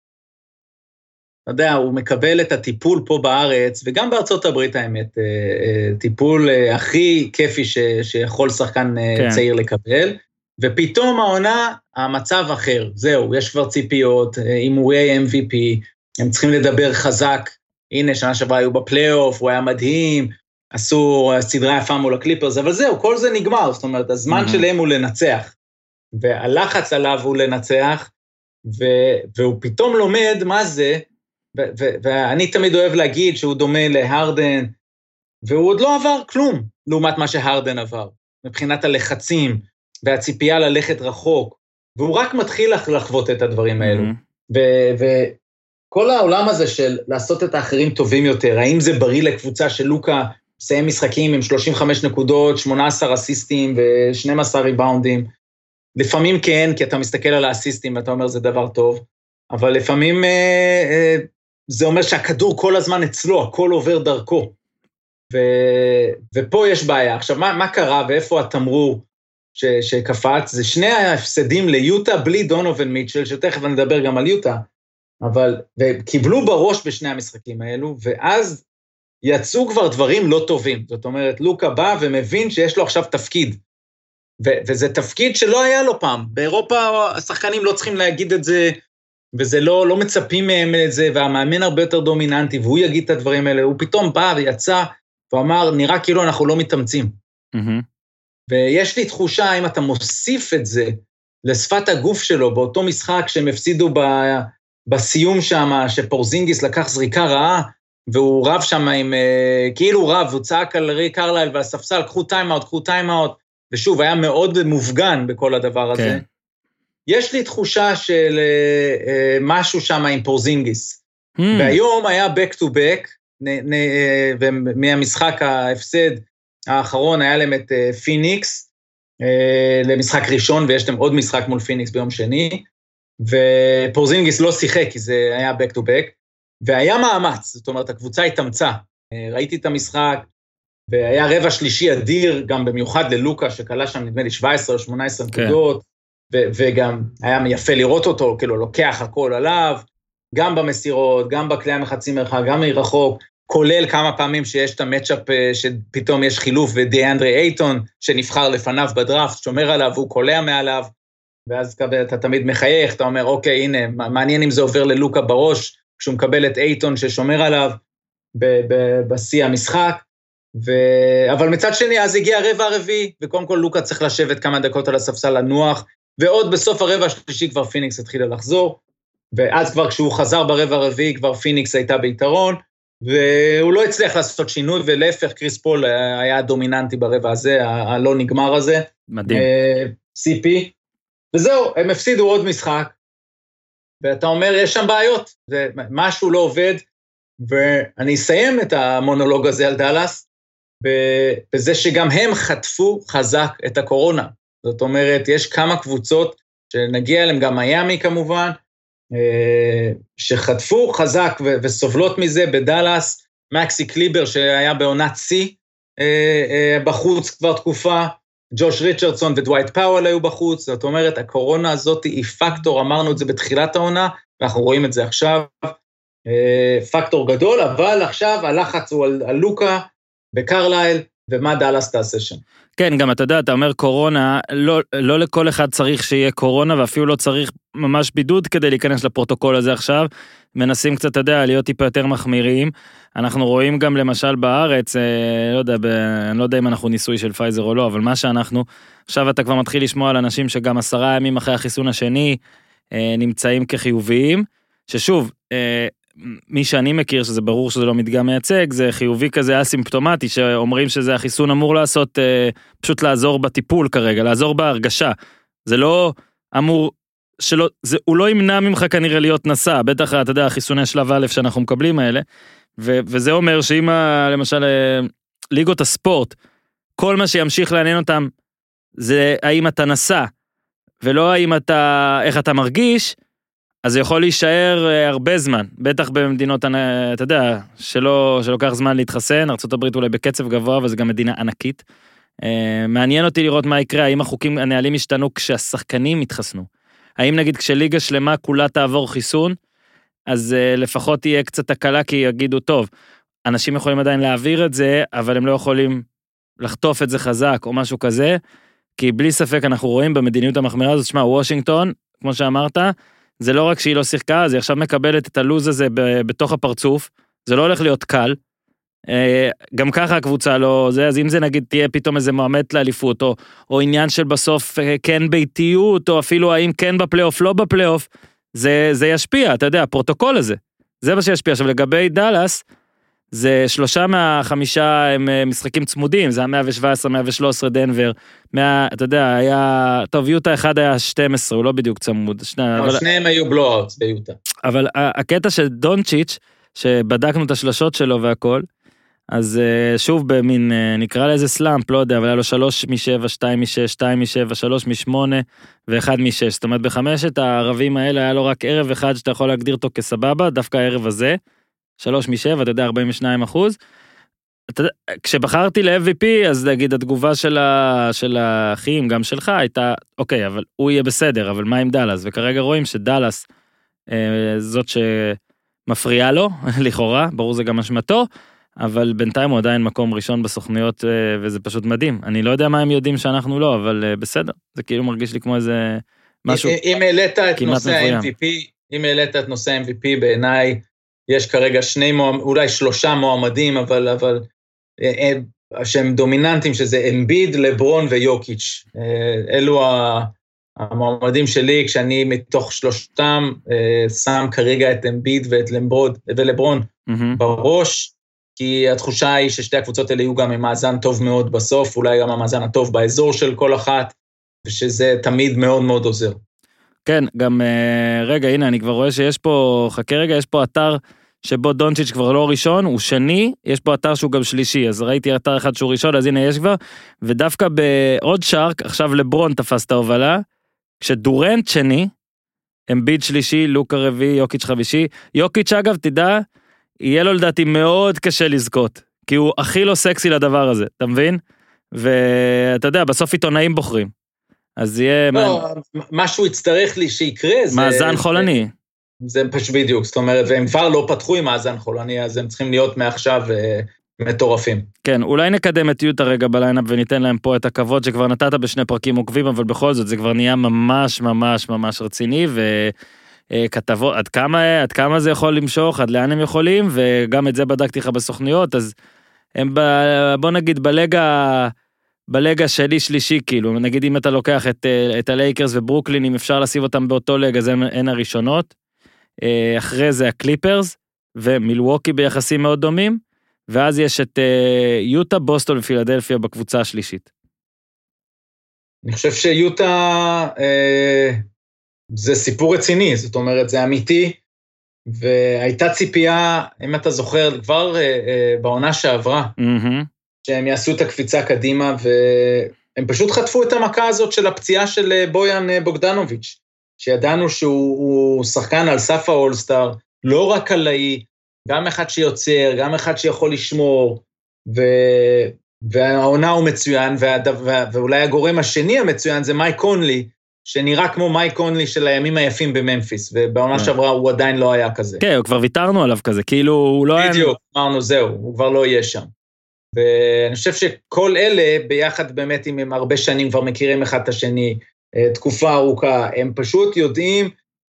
אתה יודע, הוא מקבל את הטיפול פה בארץ, וגם בארצות הברית האמת, טיפול הכי כיפי שיכול שחקן צעיר לקבל, ופתאום העונה, המצב אחר, זהו, יש כבר ציפיות, הימורי MVP, הם צריכים לדבר חזק, הנה, שנה שעברה היו בפלייאוף, הוא היה מדהים, עשו סדרה יפה מול הקליפרס, אבל זהו, כל זה נגמר, זאת אומרת, הזמן שלהם הוא לנצח, והלחץ עליו הוא לנצח, והוא פתאום לומד מה זה, ואני תמיד אוהב להגיד שהוא דומה להרדן, והוא עוד לא עבר כלום, לעומת מה שהרדן עבר, מבחינת הלחצים, והציפייה ללכת רחוק, והוא רק מתחיל לחוות את הדברים האלו, וכל העולם הזה של לעשות את האחרים טובים יותר, האם זה בריא לקבוצה של לוקה, מסיים משחקים עם 35 נקודות, 18 אסיסטים ו12 ריבאונדים, לפעמים כן, כי אתה מסתכל על האסיסטים ואתה אומר זה דבר טוב, אבל לפעמים זה אומר שהכדור כל הזמן אצלו, הכל עובר דרכו, ופה יש בעיה. עכשיו, מה קרה ואיפה התמרור שקפץ? זה שני ההפסדים ליוטה בלי דונובין מיטשל, שתכף נדבר גם על יוטה, אבל, וקיבלו בראש בשני המשחקים האלו, ואז יצאו כבר דברים לא טובים. זאת אומרת, לוקה בא ומבין שיש לו עכשיו תפקיד, וזה תפקיד שלא היה לו פעם. באירופה השחקנים לא צריכים להגיד את זה, וזה לא מצפים מהם את זה, והמאמן הרבה יותר דומיננטי, והוא יגיד את הדברים האלה, הוא פתאום בא ויצא, ואמר, נראה כאילו אנחנו לא מתאמצים. ויש לי תחושה, אם אתה מוסיף את זה, לשפת הגוף שלו, באותו משחק שהם הפסידו בסיום שם, שפורזינגיס לקח זריקה רעה, והוא רב שם עם, כאילו רב, הוא צעק על רי קרלייל והספסל, קחו טיימאוט, ושוב, היה מאוד מופגן בכל הדבר הזה. כן. יש לי תחושה של משהו שם עם פורזינגיס, והיום היה back to back, ומהמשחק ההפסד האחרון היה להם את פיניקס, למשחק ראשון, ויש להם עוד משחק מול פיניקס ביום שני, ופורזינגיס לא שיחק, כי זה היה back to back, והיה מאמץ, זאת אומרת, הקבוצה התאמצה, ראיתי את המשחק, והיה רבע שלישי אדיר, גם במיוחד ללוקה, שקלה שם נדמה לי 17 או 18 נקודות, וגם היה יפה לראות אותו, כאילו לוקח הכל עליו, גם במסירות, גם בכלי המחצי מרחק, גם מרחוק, כולל כמה פעמים שיש את המאצ'אפ, שפתאום יש חילוף, ודיאנדרי אייטון, שנבחר לפניו בדראפט, שומר עליו, והוא קולע מעליו, ואז אתה תמיד מחייך, אתה אומר, אוקיי, הנה, מעניין אם זה עובר ללוקה בראש, כשהוא מקבל את אייטון ששומר עליו, בשיא המשחק, אבל מצד שני, אז הגיע הרבע הרביעי, וקודם כל לוקה צריך לשבת כמה דקות על הספסל לנוח, ועוד בסוף הרבע השלישי כבר פיניקס התחילה לחזור, ואז כבר כשהוא חזר ברבע הרביעי, כבר פיניקס הייתה ביתרון, והוא לא הצליח לעשות שינוי, ולהפך קריס פול היה דומיננטי ברבע הזה, הלא נגמר הזה. מדהים. CP, וזהו, הם הפסידו עוד משחק, ואתה אומר, יש שם בעיות, משהו לא עובד, ואני אסיים את המונולוג הזה על דלס, בזה שגם הם חטפו חזק את הקורונה. זאת אומרת, יש כמה קבוצות שנגיע אליהם, גם מיאמי כמובן, שחטפו חזק וסובלות מזה בדלס, מקסי קליבר שהיה בעונת C, בחוץ כבר תקופה, ג'וש ריצ'רדסון ודווייט פאוול היו בחוץ, זאת אומרת, הקורונה הזאת היא פקטור, אמרנו את זה בתחילת העונה, ואנחנו רואים את זה עכשיו, פקטור גדול, אבל עכשיו הלחץ הוא על לוקה וקרלייל, ומה דלס תעשה שם. כן, גם אתה יודע, אתה אומר קורונה, לא לכל אחד צריך שיהיה קורונה, ואפילו לא צריך ממש בידוד כדי להיכנס לפרוטוקול הזה עכשיו, מנסים קצת, אתה יודע, להיות טיפה יותר מחמירים, אנחנו רואים גם למשל בארץ, אני לא יודע אם אנחנו ניסוי של פייזר או לא, אבל מה שאנחנו, עכשיו אתה כבר מתחיל לשמוע על אנשים שגם 10 ימים אחרי החיסון השני, נמצאים כחיוביים, ששוב, מי שאני מכיר, שזה ברור שזה לא מדגם מייצג, זה חיובי כזה אסימפטומטי, שאומרים שזה החיסון אמור לעשות, פשוט לעזור בטיפול כרגע, לעזור בהרגשה. זה לא אמור, הוא לא ימנע ממך כנראה להיות נשא, בטח, אתה יודע, החיסוני שלב א' שאנחנו מקבלים האלה, וזה אומר שאם, למשל, ליגות הספורט, כל מה שימשיך לעניין אותם, זה האם אתה נשא, ולא איך אתה מרגיש, אז זה יכול להישאר הרבה זמן, בטח במדינות, אתה יודע, שלוקח זמן להתחסן, ארצות הברית אולי בקצב גבוה, וזה גם מדינה ענקית. מעניין אותי לראות מה יקרה, האם הנהלים השתנו כשהשחקנים התחסנו. האם נגיד כשליגה שלמה כולה תעבור חיסון, אז לפחות תהיה קצת הקלה, כי יגידו, טוב, אנשים יכולים עדיין להעביר את זה, אבל הם לא יכולים לחטוף את זה חזק, או משהו כזה, כי בלי ספק אנחנו רואים במדיניות המחמירה הזאת, שמה, וושינגטון, כמו שאמרת, זה לא רק שהיא לא שיחקה, אז היא עכשיו מקבלת את הלוז הזה בתוך הפרצוף, זה לא הולך להיות קל, גם ככה הקבוצה לא, אז אם זה נגיד תהיה פתאום איזה מועמד לאליפות, או עניין של בסוף כן ביתיות, או אפילו האם כן בפלייאוף, לא בפלייאוף, זה ישפיע, אתה יודע, הפרוטוקול הזה, זה מה שישפיע. עכשיו לגבי דלס, זה 3 מה-5 הם משחקים צמודים, זה ה-117, 113 דנבר, אתה יודע, היה, טוב, יוטה אחד היה 12, הוא לא בדיוק צמוד. שניהם היו בלואוטס ביוטה. אבל הקטע של דונצ'יץ', שבדקנו את השלשות שלו והכל, אז שוב במין, נקרא לאיזה סלאמפ, לא יודע, אבל היה לו 3 מ-7, 2 מ-6, 2 מ-7, 3 מ-8 ו-1 מ-6. זאת אומרת, בחמשת הערבים האלה היה לו רק ערב אחד שאתה יכול להגדיר אותו כסבבה, דווקא הערב הזה, 3 מ-7, אתה יודע, 42%. כשבחרתי ל-MVP, אז נגיד התגובה של האחים, גם שלך, הייתה, אוקיי, אבל הוא יהיה בסדר, אבל מה עם דלס? וכרגע רואים שדלס, זאת שמפריעה לו, לכאורה, ברור זה גם אשמתו, אבל בינתיים הוא עדיין מקום ראשון בסוכניות, וזה פשוט מדהים. אני לא יודע מה הם יודעים שאנחנו לא, אבל בסדר. זה כאילו מרגיש לי כמו איזה משהו אם העלית את נושא ה-MVP, אם העלית את נושא ה-MVP בעיניי, יש כרגע אולי 3 מועמדים, אבל שהם דומיננטים, שזה אמביד, לברון ויוקיץ'. אלו המועמדים שלי, כשאני מתוך 3 שם כרגע את אמביד ואת ולברון בראש, כי התחושה היא ששתי הקבוצות האלה יהיו גם עם מאזן טוב מאוד בסוף, אולי גם המאזן הטוב באזור של כל אחת, ושזה תמיד מאוד מאוד עוזר. כן, גם רגע, הנה, אני כבר רואה שיש פה, חכה רגע, יש פה אתר שבו דונצ'יץ' כבר לא ראשון, הוא שני, יש פה אתר שהוא גם שלישי, אז ראיתי אתר אחד שהוא ראשון, אז הנה יש כבר, ודווקא בעוד שרק, עכשיו לברון תפס את ההובלה, כשדורנט שני, אמביד שלישי, לוקה רביעי, יוקיץ' חמישי, יוקיץ' אגב, תדע, יהיה לו לדעתי מאוד קשה לזכות, כי הוא הכי לא סקסי לדבר הזה, אתה מבין? ואתה יודע, בסוף עיתונאים בוחרים. אז יהיה... לא, משהו יצטרך לי שיקרה, זה... מאזן חולני. זה פשוט בדיוק, זאת אומרת, והם כבר לא פתחו עם מאזן חולני, אז הם צריכים להיות מעכשיו מטורפים. כן, אולי נקדם את יוטה רגע בליינאפ וניתן להם פה את הכבוד שכבר נתת בשני פרקים עוקבים, אבל בכל זאת זה כבר נהיה ממש ממש ממש רציני, וכתבות, עד כמה זה יכול למשוך, עד לאן הם יכולים, וגם את זה בדקתי לך בסוכניות, אז הם בוא נגיד בלגה שלישי, כאילו, נגיד אם אתה לוקח את הלייקרס וברוקלין, אם אפשר לשים אותם באותו לגה, אז הן הראשונות, אחרי זה הקליפרס, ומילווקי ביחסים מאוד דומים, ואז יש את יוטה, בוסטון ופילדלפיה בקבוצה השלישית. אני חושב שיוטה זה סיפור רציני, זאת אומרת, זה אמיתי, והייתה ציפייה, אם אתה זוכר, כבר בעונה שעברה, שהם יעשו את הקפיצה קדימה, והם פשוט חטפו את המכה הזאת של הפציעה של בויאן בוגדנוביץ', שידענו שהוא שחקן על סף האולסטאר, לא רק עלאי, גם אחד שיוצר, גם אחד שיכול לשמור, והעונה הוא מצוין, ואולי הגורם השני המצוין זה מייק קונלי, שנראה כמו מייק קונלי של הימים היפים בממפיס, ובעונה שעברה הוא עדיין לא היה כזה. כן, כבר ויתרנו עליו כזה, כאילו הוא לא היה... בדיוק, אמרנו זהו, הוא כבר לא יהיה שם. ואני חושב שכל אלה, ביחד באמת עם הרבה שנים כבר מכירים אחד את השני, תקופה ארוכה, הם פשוט יודעים,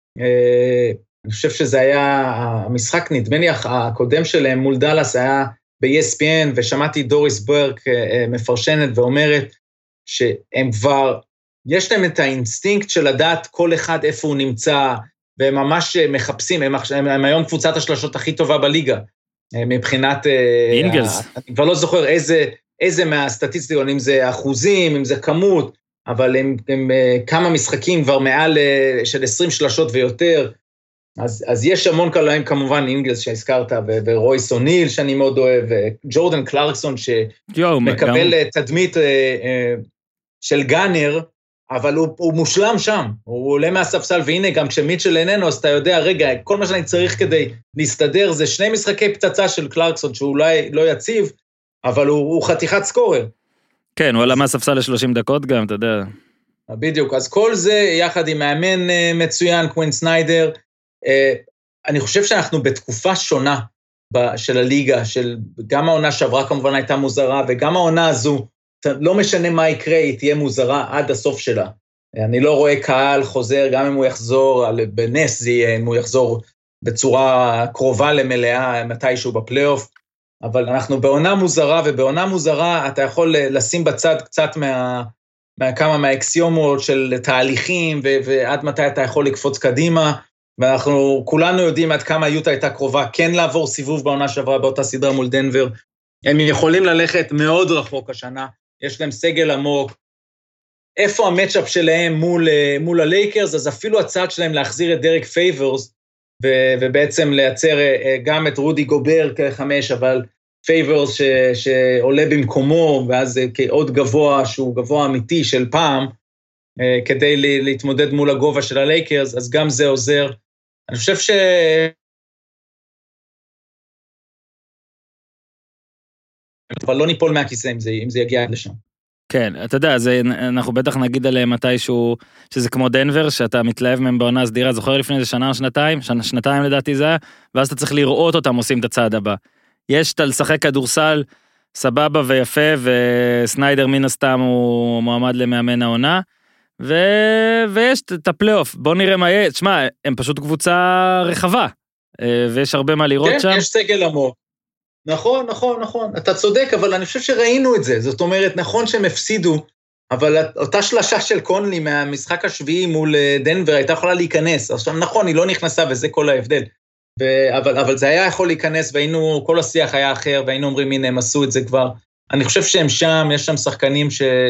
אני חושב שזה היה המשחק, נדמה לי הקודם שלהם מול דלס היה ב-ESPN, ושמעתי דוריס ברק מפרשנת ואומרת שהם כבר, יש להם את האינסטינקט של לדעת כל אחד איפה הוא נמצא, והם ממש מחפשים, הם היום קבוצת השלשות הכי טובה בליגה, מבחינת... אינגלס. אני כבר לא זוכר איזה מהסטטיסטיקות, אם זה אחוזים, אם זה כמות, אבל הם כמה משחקים כבר מעל של 20 שלשות ויותר, אז יש המון קלעים, כמובן אינגלס שהזכרת, ורויס אוניל שאני מאוד אוהב, וג'ורדן קלרקסון שמקבל תדמית של גאנר, אבל הוא מושלם שם, הוא עולה מהספסל, והנה גם כשמיטשל איננו, אז אתה יודע, רגע, כל מה שאני צריך כדי להסתדר, זה 2 משחקי פצצה של קלרקסון, שהוא אולי לא יציב, אבל הוא חתיכת סקורר. כן, הוא עלה מהספסל ל30 דקות גם, אתה יודע. בדיוק, אז כל זה יחד עם מאמן מצוין, קווין סניידר, אני חושב שאנחנו בתקופה שונה של הליגה, גם העונה שעברה כמובן הייתה מוזרה, וגם העונה הזו, לא משנה מה יקרה, היא תהיה מוזרה עד הסוף שלה. אני לא רואה קהל חוזר, גם אם הוא יחזור, בנס זה יהיה, אם הוא יחזור בצורה קרובה למלאה, מתישהו בפלייאוף, אבל אנחנו בעונה מוזרה, ובעונה מוזרה אתה יכול לשים בצד קצת כמה מהאקסיומות של תהליכים, ועד מתי אתה יכול לקפוץ קדימה, ואנחנו כולנו יודעים עד כמה יוטה הייתה קרובה, כן לעבור סיבוב בעונה שעברה באותה סדרה מול דנבר, הם יכולים ללכת מאוד רחוק השנה, יש להם סגל עמוק, איפה המאצ'אפ שלהם מול הלייקרס, אז אפילו הצעד שלהם להחזיר את דרק פייברס, ובעצם לייצר גם את רודי גובר כ5, אבל פייברס שעולה במקומו, ואז כעוד גבוה, שהוא גבוה אמיתי של פעם, כדי להתמודד מול הגובה של הלייקרס, אז גם זה עוזר. אני חושב אבל לא ניפול מהכיסא אם זה יגיע עד לשם. כן, אתה יודע, אנחנו בטח נגיד עליהם מתישהו, שזה כמו דנבר, שאתה מתלהב מהם בעונה סדירה, זוכר לפני זה שנה או שנתיים לדעתי זה היה, ואז אתה צריך לראות אותם עושים את הצעד הבא. יש אתה לשחק כדורסל, סבבה ויפה, וסניידר מן הסתם הוא מועמד למאמן העונה, ויש את הפלייאוף, בוא נראה מה יהיה, תשמע, הם פשוט קבוצה רחבה, ויש הרבה מה לראות שם. כן, יש סגל עמוק. נכון, אתה צודק, אבל אני חושב שראינו את זה, זאת אומרת, נכון שהם הפסידו, אבל אותה שלשה של קונלי מהמשחק השביעי מול דנבר הייתה יכולה להיכנס, עכשיו נכון, היא לא נכנסה וזה כל ההבדל, אבל זה היה יכול להיכנס, כל השיח היה אחר, והיינו אומרים, הנה, הם עשו את זה כבר, אני חושב שהם שם, יש שם שחקנים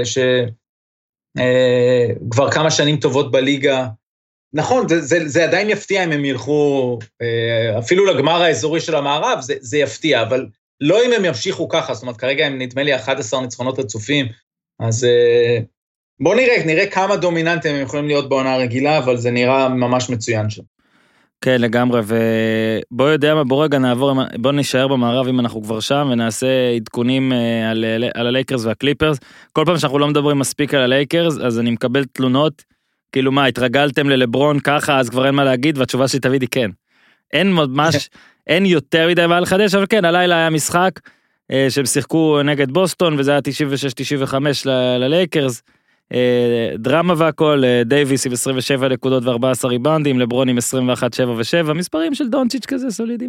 כבר כמה שנים טובות בליגה, נכון, זה עדיין יפתיע אם הם ילכו, אפילו לגמר האזורי של המערב, זה יפתיע, אבל לא אם הם ימשיכו ככה, זאת אומרת, כרגע הם נדמה לי 11 ניצחונות רצופים, אז בואו נראה כמה דומיננטים הם יכולים להיות בעונה הרגילה, אבל זה נראה ממש מצוין שם. כן, לגמרי, בוא רגע נעבור, בוא נשאר במערב אם אנחנו כבר שם, ונעשה עדכונים על הלייקרס והקליפרס, כל פעם שאנחנו לא מדברים מספיק על הלייקרס, אז אני מקבל תלונות, כאילו מה, התרגלתם ללברון ככה, אז כבר אין מה להגיד, והתשובה שלי תמיד היא כן. אין יותר מדי מה לחדש, אבל כן, הלילה היה משחק, שהם שיחקו נגד בוסטון, וזה היה 96-95 ללייקרס, דרמה והכל, דייביס עם 27 נקודות ו14 ריבאונדים, לברון עם 21, 7 ו7, מספרים של דונצ'יץ' כזה סולידים.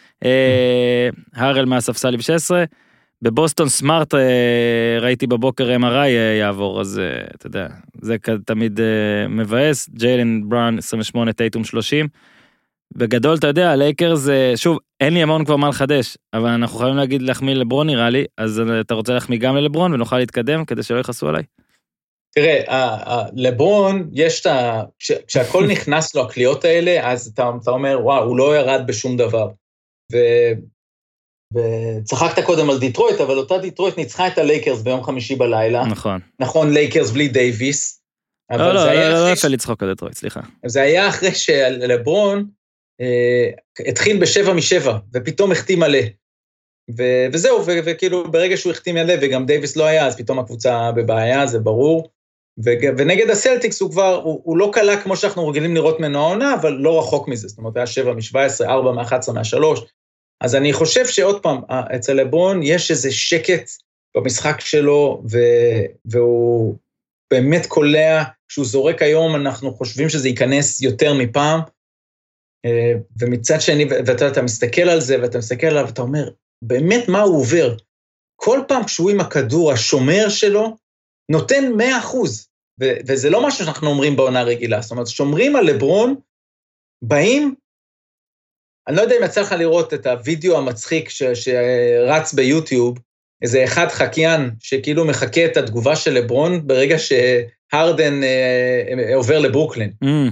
הרל מהספסל עם 16, בבוסטון סמארט ראיתי בבוקר MRI יעבור, אז אתה יודע, זה תמיד מבאס, ג'יילן בראון 28, טייטום 30, בגדול אתה יודע, לייקרס, שוב, אין לי המון כבר מה לחדש, אבל אנחנו חייבים להחמיא לברון נראה לי, אז אתה רוצה להחמיא גם ללברון ונוכל להתקדם כדי שלא יחסו עליי? תראה, לברון, כשהכל נכנס לו, הקליעות האלה, אז אתה אומר, וואו, הוא לא ירד בשום דבר. וצחקת קודם על דיטרויט, אבל אותה דיטרויט ניצחה את הלייקרס ביום חמישי בלילה. נכון. נכון, לייקרס בלי דייביס. לא יפה לצחוק על דיטרויט, סליחה. זה היה אחרי שלברון התחיל ב7 מ7, ופתאום החתים מלא. וזהו, וכאילו ברגע שהוא החתים מלא, וגם דייביס לא היה, אז פתאום הקבוצה בבעיה, זה ברור. ונגד הסלטיקס הוא כבר, הוא לא קלה כמו שאנחנו רגילים לראות ממנו העונה, אבל לא רחוק מזה, זאת אומרת, היה 7 מ17, 4 מ11, מ3, אז אני חושב שעוד פעם, אצל לברון יש איזה שקט במשחק שלו, והוא באמת קולע, כשהוא זורק היום, אנחנו חושבים שזה ייכנס יותר מפעם, ומצד שני, ואתה מסתכל על זה, ואתה מסתכל עליו, ואתה אומר, באמת מה הוא עובר? כל פעם כשהוא עם הכדור, השומר שלו, נותן 100%, וזה לא משהו שאנחנו אומרים בעונה רגילה, זאת אומרת, שומרים על לברון, באים, אני לא יודע אם יצא לך לראות את הוידאו המצחיק שרץ ביוטיוב, איזה אחד חקיין שכאילו מחכה את התגובה של לברון, ברגע שהרדן עובר לברוקלין.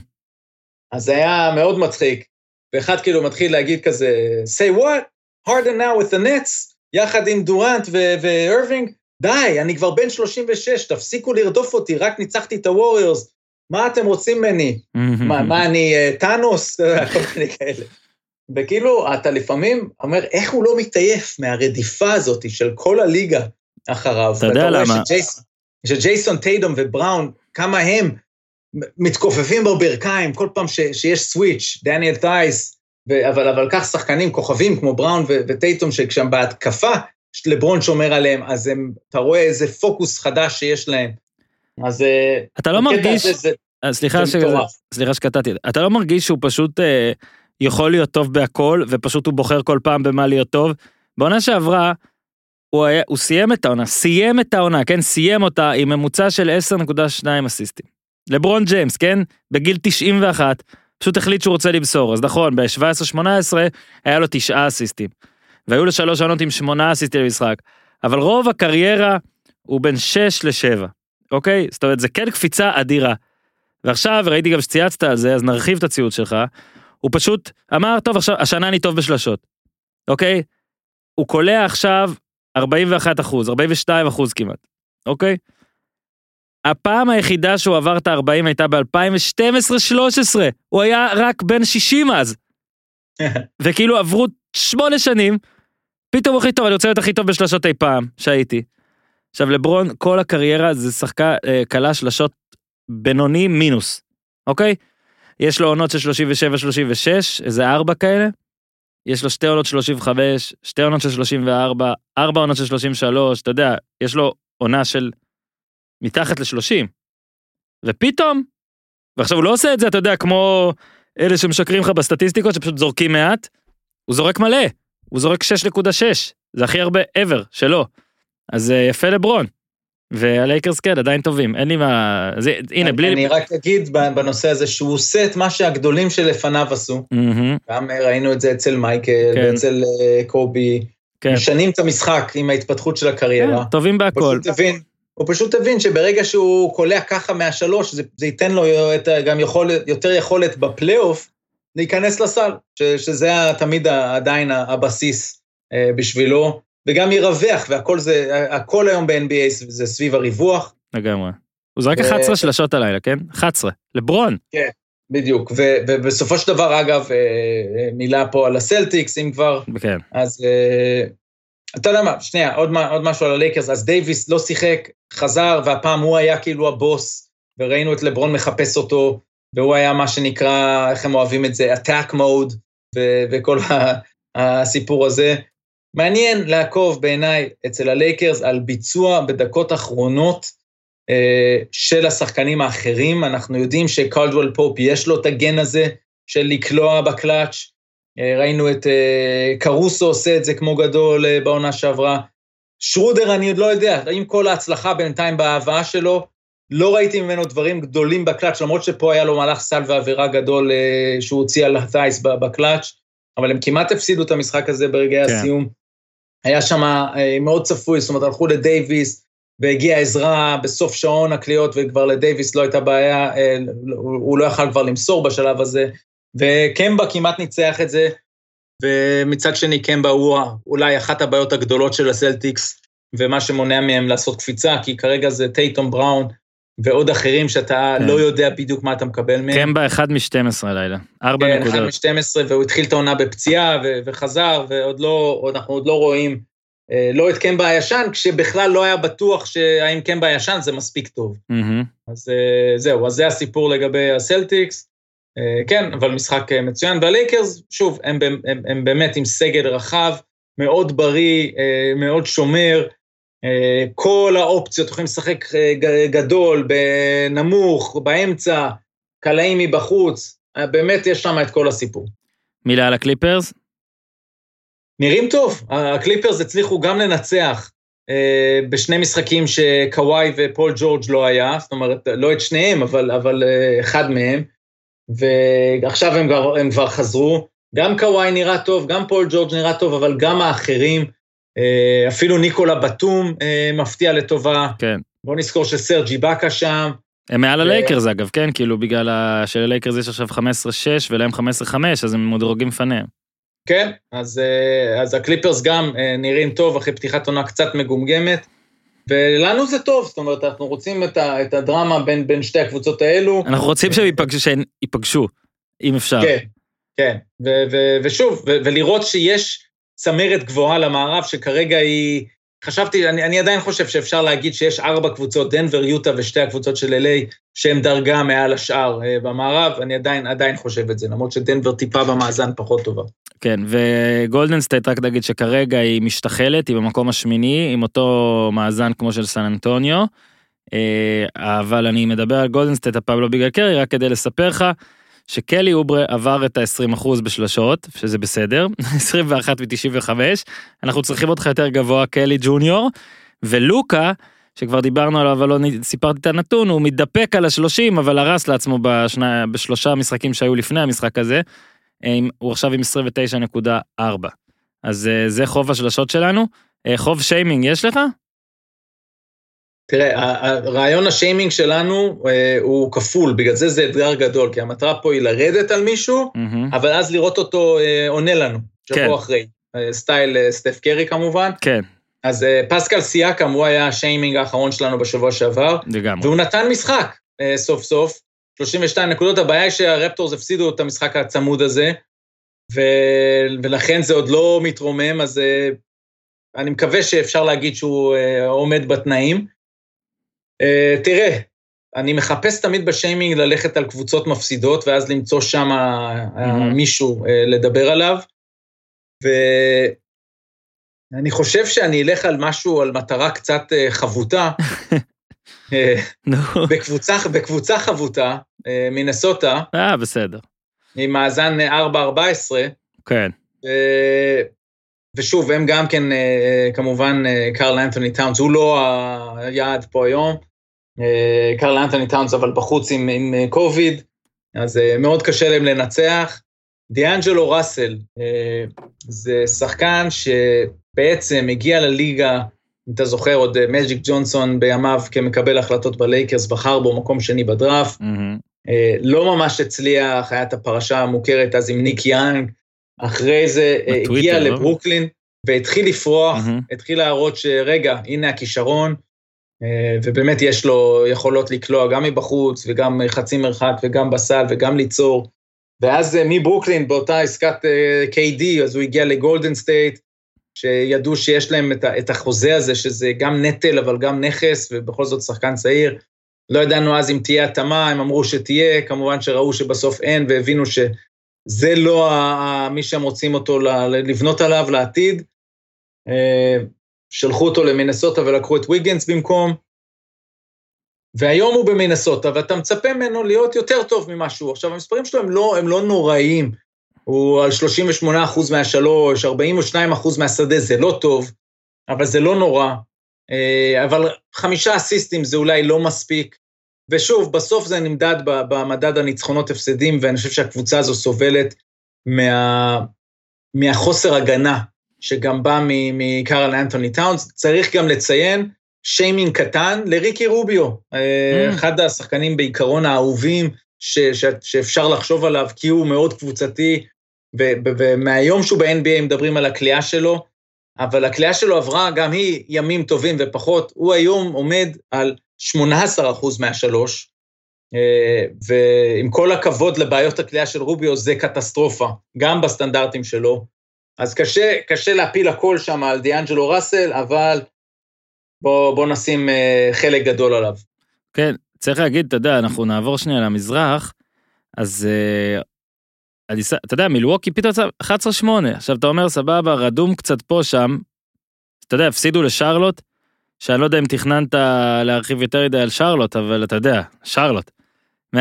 אז זה היה מאוד מצחיק, ואחד כאילו מתחיל להגיד כזה, say what? Harden now with the Nets, יחד עם דורנט ואירווינג, די, אני כבר בן 36, תפסיקו לרדוף אותי, רק ניצחתי את הווריורס, מה אתם רוצים ממני? מה אני טאנוס? כל מיני כאלה. וכאילו, אתה לפעמים אומר, איך הוא לא מתעייף מהרדיפה הזאת של כל הליגה אחריו? אתה יודע למה? שג'ייסון טיידום ובראון, כמה הם מתכופפים בברכיים, כל פעם שיש סוויץ', דניאל טייס, אבל כך שחקנים כוכבים כמו בראון וטייטום, שכשהם בהתקפה, לברון שומר עליהם, אז אתה רואה איזה פוקוס חדש שיש להם. אז אתה לא מרגיש, סליחה שקטעתי, אתה לא מרגיש שהוא פשוט יכול להיות טוב בהכל, ופשוט הוא בוחר כל פעם במה להיות טוב? בעונה שעברה, הוא סיים את העונה, כן? סיים אותה עם ממוצע של 10.2 אסיסטים. לברון ג'יימס, כן? בגיל 91, פשוט החליט שהוא רוצה לבשור, אז נכון, ב-17-18 היה לו 9 אסיסטים, והיו לו 3 עונות עם 8 אסיסטים למשחק, אבל רוב הקריירה הוא בין 6 ל-7, אוקיי? זאת אומרת, זה כן קפיצה אדירה, ועכשיו ראיתי גם שצייצת על זה, אז נרחיב את הציוץ שלך, הוא פשוט אמר, טוב, עכשיו, השנה אני טוב בשלשות, אוקיי? הוא קולע עכשיו 41%, 42% כמעט, אוקיי? הפעם היחידה שהוא עבר את ה-40 הייתה ב-2012-13, הוא היה רק בן 60 אז, וכאילו עברו 8 שנים, פתאום הוא הכי טוב, אני רוצה להיות הכי טוב בשלשות אי פעם, שהייתי. עכשיו לברון, כל הקריירה זה שחקה קלה שלשות בינוני מינוס, אוקיי? יש לו עונות של 37-36, איזה 4 כאלה, יש לו 2 עונות של 35, 2 עונות של 34, 4 עונות של 33, אתה יודע, יש לו עונה של מתחת ל-30, ופתאום, ועכשיו הוא לא עושה את זה, אתה יודע, כמו אלה שמשקרים לך בסטטיסטיקות, שפשוט זורקים מעט, הוא זורק מלא, הוא זורק 6.6, זה הכי הרבה ever שלו, אז יפה לברון, והלייקרס כן, עדיין טובים, אין לי מה, הנה, בלי... אני רק אגיד בנושא הזה, שהוא עושה את מה שהגדולים שלפניו עשו, גם ראינו את זה אצל מייקל, ואצל קובי, משנים את המשחק עם ההתפתחות של הקריירה. טובים בהכל. הוא פשוט הבין שברגע שהוא קולע ככה מהשלוש, זה ייתן לו גם יותר יכולת בפלייאוף, להיכנס לסל, שזה תמיד עדיין הבסיס בשבילו, וגם ירווח, והכל היום ב-NBA זה סביב הריווח. לגמרי. הוא זרק 11 שלשות הלילה, כן? 11, לברון. כן, בדיוק, ובסופו של דבר, אגב, מילה פה על הסלטיקס, אם כבר, כן. אז... אתה יודע מה, שנייה, עוד משהו על הלייקרס, אז דייביס לא שיחק, חזר, והפעם הוא היה כאילו הבוס, וראינו את לברון מחפש אותו, והוא היה מה שנקרא, איך הם אוהבים את זה, attack mode, וכל הסיפור הזה, מעניין לעקוב בעיניי אצל הלייקרס על ביצוע בדקות אחרונות של השחקנים האחרים. אנחנו יודעים שקלדוול פופ יש לו את הגן הזה של לקלוע בקלאץ'. ראינו את קרוסו עושה את זה כמו גדול בעונה שעברה. שרודר אני עוד לא יודע, עם כל ההצלחה בינתיים בהבאה שלו, לא ראיתי ממנו דברים גדולים בקלאץ', למרות שפה היה לו מהלך סל ועבירה גדול שהוא הוציא על הטייס בקלאץ', אבל הם כמעט הפסידו את המשחק הזה ברגעי הסיום. היה שם מאוד צפוי, זאת אומרת, הלכו לדייביס, והגיע עזרה בסוף שעון הקליעות, וכבר לדייביס לא הייתה בעיה, הוא לא יכל כבר למסור בשלב הזה, וקמבה כמעט ניצח את זה, ומצד שני קמבה הוא אולי אחת הבעיות הגדולות של הסלטיקס, ומה שמונע מהם לעשות קפיצה, כי כרגע זה טייטום בראון, ועוד אחרים שאתה לא יודע בדיוק מה אתה מקבל מהם. קמבה 1 מ-12 הלילה, 4 נקודות. 1 מ-12, והוא התחיל את העונה בפציעה, וחזר, ואנחנו עוד לא רואים, לא את קמבה הישן, כשבכלל לא היה בטוח שהאם קמבה הישן זה מספיק טוב. אז זהו, אז זה הסיפור לגבי הסלטיקס, כן, אבל משחק מצוין, והלייקרס, שוב, הם באמת עם סגל רחב, מאוד בריא, מאוד שומר, כל האופציות, יכולים לשחק גדול, בנמוך, באמצע, קלעים מבחוץ, באמת יש שם את כל הסיפור. מילה על הקליפרס? נראים טוב, הקליפרס הצליחו גם לנצח, בשני משחקים שקוואי ופול ג'ורג' לא היה, זאת אומרת, לא את שניהם, אבל אחד מהם, ועכשיו הם כבר חזרו, גם קוואי נראה טוב, גם פול ג'ורג' נראה טוב, אבל גם האחרים, אפילו ניקולה בטום מפתיע לטובה. כן. בוא נזכור שסרג'י בקה שם. הם מעל הלייקרס אגב, כן? כאילו בגלל שללייקרס יש עכשיו 15-6 ולהם 15-5, אז הם מודרוגים פניהם. כן, אז הקליפרס גם נראים טוב, אחרי פתיחת עונה קצת מגומגמת, ולנו זה טוב, זאת אומרת, אנחנו רוצים את הדרמה בין שתי הקבוצות האלו. אנחנו רוצים שהם ייפגשו, אם אפשר. כן, כן, ושוב, ולראות שיש צמרת גבוהה למערב, שכרגע היא, חשבתי, אני עדיין חושב שאפשר להגיד שיש 4 קבוצות, דנבר, יוטה ושתי הקבוצות של LA, שהן דרגה מעל השאר במערב, אני עדיין חושב את זה, למרות שדנבר טיפה במאזן פחות טובה. כן, וגולדן סטייט רק נגיד שכרגע היא משתחלת, היא במקום השמיני, עם אותו מאזן כמו של סן אנטוניו, אבל אני מדבר על גולדן סטייט הפעם לא בגלל קרי, רק כדי לספר לך, שקלי אוברה עבר את ה-20% בשלשות, שזה בסדר, 21 ו-95, אנחנו צריכים אותך יותר גבוה, קלי ג'וניור, ולוקה, שכבר דיברנו עליו, אבל לא סיפרתי את הנתון, הוא מתדפק על ה-30, אבל הרס לעצמו בשלושה משחקים שהיו לפני המשחק הזה, הוא עכשיו עם 29.4. אז זה חוב השלשות שלנו. חוב שיימינג יש לך? תראה, הרעיון השיימינג שלנו הוא כפול, בגלל זה אתגר גדול, כי המטרה פה היא לרדת על מישהו, אבל אז לראות אותו עונה לנו, שבוע אחרי, סטייל סטף קרי כמובן. כן. אז פסקל סייקם, הוא היה השיימינג האחרון שלנו בשבוע שעבר, והוא נתן משחק סוף סוף, 32 נקודות, הבעיה היא שהרפטורס הפסידו את המשחק הצמוד הזה, ולכן זה עוד לא מתרומם, אז אני מקווה שאפשר להגיד שהוא עומד בתנאים. תראה, אני מחפש תמיד בשיימינג ללכת על קבוצות מפסידות, ואז למצוא שם מישהו לדבר עליו, ואני חושב שאני אלך על משהו, על מטרה קצת חבוטה, בקבוצה חבוטה, מינסוטה. בסדר. עם מאזן 4-14. כן. ושוב, הם גם כן, כמובן, קרל אנתוני טאונס, הוא לא היעד פה היום, קרל אנתוני טאונס, אבל בחוץ עם קוביד, אז מאוד קשה להם לנצח. דיאנג'לו ראסל, זה שחקן שבעצם הגיע לליגה, אם אתה זוכר, עוד מג'יק ג'ונסון בימיו כמקבל החלטות בלייקרס, בחר בו מקום שני בדראפט, לא ממש הצליח, היה את הפרשה המוכרת אז עם ניק יאנג, אחרי זה הגיע לברוקלין, והתחיל לפרוח, התחיל להראות שרגע, הנה הכישרון, ובאמת יש לו יכולות לקלוע גם מבחוץ, וגם חצי מרחק, וגם בסל, וגם ליצור, ואז מברוקלין, באותה עסקת KD, אז הוא הגיע לגולדן סטייט, שידעו שיש להם את החוזה הזה, שזה גם נטל, אבל גם נכס, ובכל זאת שחקן צעיר, לא ידענו אז אם תהיה התאמה, הם אמרו שתהיה, כמובן שראו שבסוף אין, והבינו שזה לא מי שהם רוצים אותו לבנות עליו לעתיד, שלחו אותו למינסוטה ולקחו את ויגנס במקום, והיום הוא במינסוטה, ואתה מצפה ממנו להיות יותר טוב ממשהו. עכשיו, המספרים שלו הם לא נוראים, הוא על 38% מהשלוש, 42% מהשדה, זה לא טוב, אבל זה לא נורא, אבל 5 אסיסטים זה אולי לא מספיק, ושוב, בסוף זה נמדד במדד הניצחונות הפסדים, ואני חושב שהקבוצה הזו סובלת מהחוסר הגנה, שגם בא מקרל אנתוני טאונס. צריך גם לציין, שיימינג קטן לריקי רוביו, אחד השחקנים בעיקרון האהובים, שאפשר לחשוב עליו, כי הוא מאוד קבוצתי, ומהיום שהוא ב-NBA מדברים על הקליעה שלו, אבל הקליעה שלו עברה גם היא ימים טובים ופחות, הוא היום עומד על 18% מהשלוש, ועם כל הכבוד לבעיות הקליעה של רוביו, זה קטסטרופה, גם בסטנדרטים שלו, אז קשה להפיל הכל שם על דיאנג'לו ראסל, אבל בוא נשים חלק גדול עליו. כן, צריך להגיד, אתה יודע, אנחנו נעבור שנייה למזרח, אז אתה יודע, מילווקי פתאום 11-8, עכשיו אתה אומר, סבבה, רדום קצת פה שם, אתה יודע, הפסידו לשרלוט, שאני לא יודע אם תכננת להרחיב יותר ידי על שרלוט, אבל אתה יודע, שרלוט, 126-114,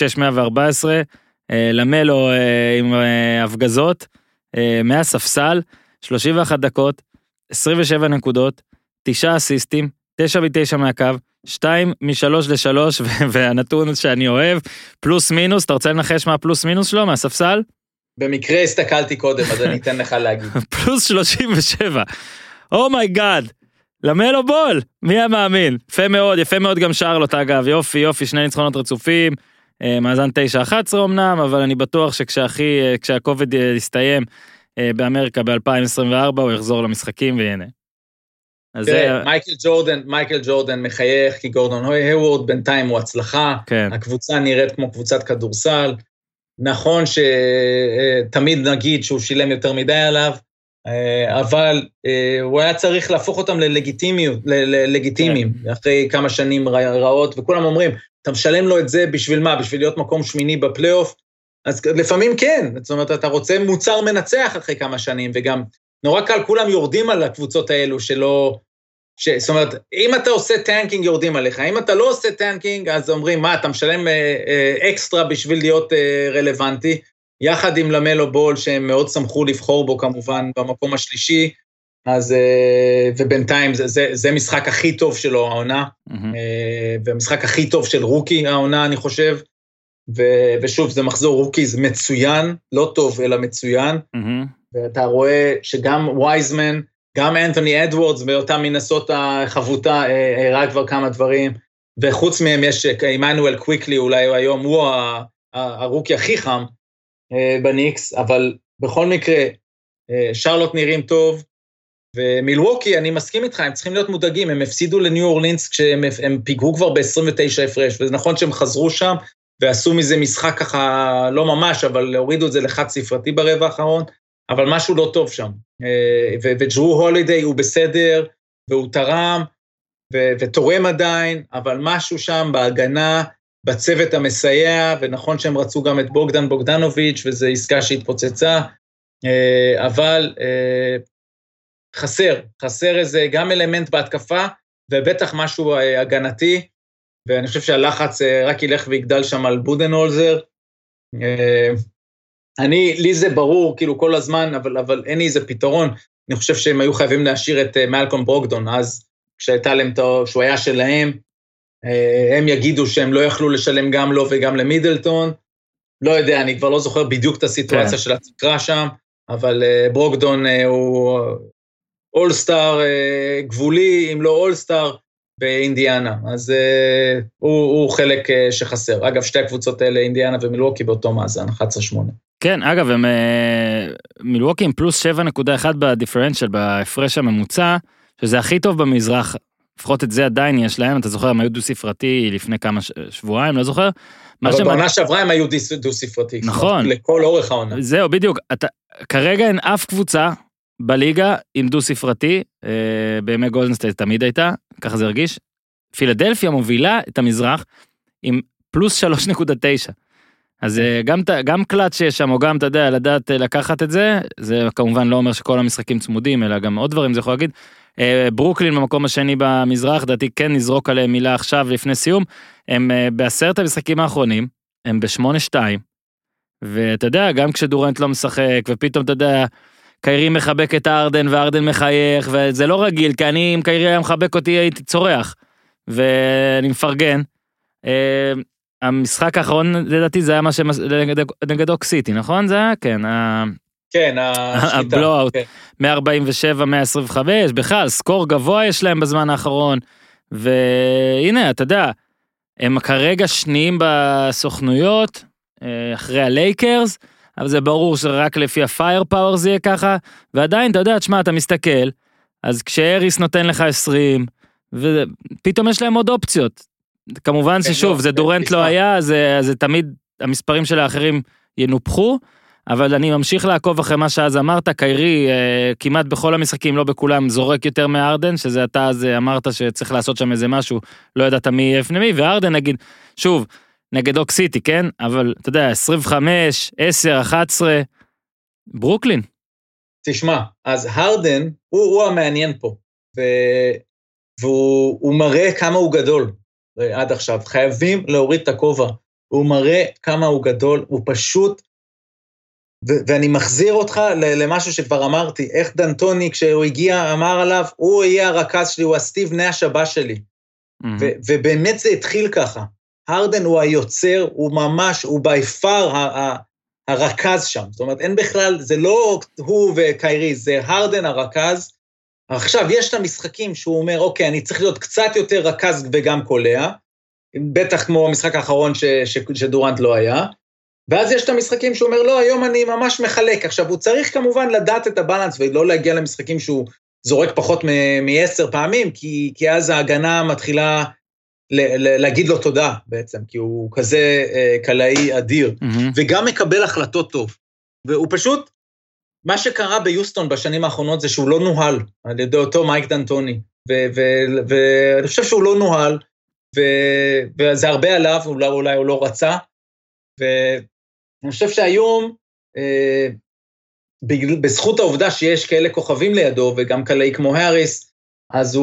למלו עם הפגזות, מהספסל, 31 דקות, 27 נקודות, 9 אסיסטים, 9 ב-9 מהקו, 2 מ-3 ל-3, והנתון שאני אוהב, פלוס מינוס, אתה רוצה לנחש מה הפלוס מינוס שלו, מהספסל? במקרה הסתכלתי קודם, אז אני אתן לך להגיד. פלוס 37, אומייגאד, למלו בול, מי המאמין? יפה מאוד גם שרלוט אגב, יופי, 2 ניצחונות רצופים, מאזן 9-11 אמנם, אבל אני בטוח כשהקובד יסתיים באמריקה ב-2024, הוא יחזור למשחקים ויהנה. מייקל ג'ורדן מחייך, כי גורדון היוורד בינתיים הוא הצלחה, הקבוצה נראית כמו קבוצת כדורסל, נכון שתמיד נגיד שהוא שילם יותר מדי עליו, אבל הוא היה צריך להפוך אותם ללגיטימיים, אחרי כמה שנים רעות, וכולם אומרים, אתה משלם לו את זה בשביל מה? בשביל להיות מקום שמיני בפלייאוף? אז לפעמים כן, זאת אומרת, אתה רוצה מוצר מנצח אחרי כמה שנים, וגם נורא קל, כולם יורדים על הקבוצות האלו זאת אומרת, אם אתה עושה טנקינג, יורדים עליך, אם אתה לא עושה טנקינג, אז אומרים, מה, אתה משלם אקסטרה בשביל להיות רלוונטי, יחד עם למלו בול, שהם מאוד שמחו לבחור בו כמובן, במקום השלישי, אז, ובינתיים, זה משחק הכי טוב שלו, העונה, והמשחק הכי טוב של רוקי, העונה, אני חושב, ושוב, זה מחזור רוקי, זה מצוין, לא טוב, אלא מצוין, ואתה רואה שגם וייזמן, גם אנתוני אדוורדס, באותה מינסוטה חבוטה, הראה כבר כמה דברים, וחוץ מהם יש אימנואל קוויקלי, אולי היום הוא הרוקי הכי חם בניקס, אבל בכל מקרה, שרלוט נראים טוב, ומילווקי, אני מסכים איתך, הם צריכים להיות מודאגים, הם הפסידו לניו אורלינס, כשהם פיגרו כבר ב-29 הפרש, וזה נכון שהם חזרו שם, ועשו מזה משחק ככה, לא ממש, אבל הורידו את זה לחד ספרתי ברבע האחרון, אבל משהו לא טוב שם, וג'רו הולידיי הוא בסדר, והוא תרם, ותורם עדיין, אבל משהו שם בהגנה, בצוות המסייע, ונכון שהם רצו גם את בוגדן בוגדנוביץ', וזו עסקה שהתפוצצה, אבל חסר איזה גם אלמנט בהתקפה, ובטח משהו הגנתי, ואני חושב שהלחץ רק ילך ויגדל שם על בודנהולזר, לי זה ברור, כאילו כל הזמן, אבל אין לי איזה פתרון, אני חושב שהם היו חייבים להשאיר את מלקום ברוקדון, אז כשהייתה להם, שהוא היה שלהם, הם יגידו שהם לא יכלו לשלם גם לו וגם למידלטון, לא יודע, אני כבר לא זוכר בדיוק את הסיטואציה של התקרה שם, אבל ברוקדון הוא אולסטאר גבולי, אם לא אולסטאר, באינדיאנה, אז הוא חלק שחסר. אגב, שתי הקבוצות האלה, אינדיאנה ומילווקי, באותו מאזן, 11-8. כן, אגב, הם מילווקי עם פלוס 7.1 בדיפרנציאל, בהפרש הממוצע, שזה הכי טוב במזרח, לפחות את זה עדיין יש להם, אתה זוכר, הם היו דו-ספרתי לפני כמה שבועיים, לא זוכר? אבל בעונה שעברה הם היו דו-ספרתי. נכון. לכל אורך העונה. זהו, בדיוק. כרגע אין אף קבוצה בליגה עם דו-ספרתי, בימי גולדן סטייט תמיד הייתה, ככה זה הרגיש. פילדלפיה מובילה את המזרח עם פלוס 3.9. אז גם קלאץ' שיש שם, או גם, אתה יודע, לדעת לקחת את זה, זה כמובן לא אומר שכל המשחקים צמודים, אלא גם עוד דברים, זה יכול להגיד. ברוקלין במקום השני במזרח, דעתי כן נזרוק עליהם מילה עכשיו לפני סיום, הם ב10 המשחקים האחרונים, הם ב8-2, ואתה יודע, גם כשדורנט לא משחק, ופתאום אתה יודע, קיירי מחבק את הארדן, והארדן מחייך, וזה לא רגיל, כי אני, אם קיירי היה מחבק אותי, הייתי צורח, ואני מפרגן. המשחק האחרון, לדעתי, זה היה מה נגד אוק סיטי, נכון? זה היה? כן. כן, הבלואוט, 147, 125, בכלל, סקור גבוה יש להם בזמן האחרון, והנה, אתה יודע, הם כרגע שניים בסוכנויות, אחרי הלייקרס, אבל זה ברור שרק לפי הפייר פאוור זה יהיה ככה, ועדיין, אתה יודע, תשמע, אתה מסתכל, אז כשאריס נותן לך 20, ופתאום יש להם עוד אופציות, כמובן ששוב, זה דורנט לא היה, זה תמיד, המספרים של האחרים ינופחו, אבל אני ממשיך לעקוב אחרי מה שאז אמרת, קיירי כמעט בכל המשחקים, לא בכולם, זורק יותר מארדן, שזה אתה אז אמרת שצריך לעשות שם איזה משהו, לא ידעת מי יהיה לפני מי, וארדן נגיד, שוב, נגד אוק סיטי, כן? אבל אתה יודע, 25, 10, 11, ברוקלין. תשמע, אז הרדן, הוא המעניין פה, והוא מראה כמה הוא גדול, עד עכשיו, חייבים להוריד את הכובע, הוא מראה כמה הוא גדול, הוא פשוט, ואני מחזיר אותך למשהו שכבר אמרתי, איך דנטוני כשהוא הגיע אמר עליו, הוא יהיה הרכז שלי, הוא הסטיב נש הבא שלי, ובאמת זה התחיל ככה, הרדן הוא היוצר, הוא ממש, הוא ביפר הרכז שם, זאת אומרת, אין בכלל, זה לא הוא וקיירי, זה הרדן הרכז, עכשיו יש את המשחקים שהוא אומר, אוקיי, אני צריך להיות קצת יותר רכז וגם קולע, בטח כמו המשחק האחרון שדורנט לא היה, ואז יש את המשחקים שהוא אומר, לא, היום אני ממש מחלק, עכשיו הוא צריך כמובן לדעת את הבלנס, ולא להגיע למשחקים שהוא זורק פחות מ10 פעמים, כי אז ההגנה מתחילה להגיד לו תודה בעצם, כי הוא כזה קלעי אדיר, וגם מקבל החלטות טוב, והוא פשוט, מה שקרה ביוסטון בשנים האחרונות זה שהוא לא נוהל, על ידי אותו מייק דנטוני, ואני חושב שהוא לא נוהל, וזה הרבה עליו, אולי הוא לא רצה, ואני חושב שהיום, בזכות העובדה שיש כאלה כוכבים לידו, וגם קלעי כמו האריס, אז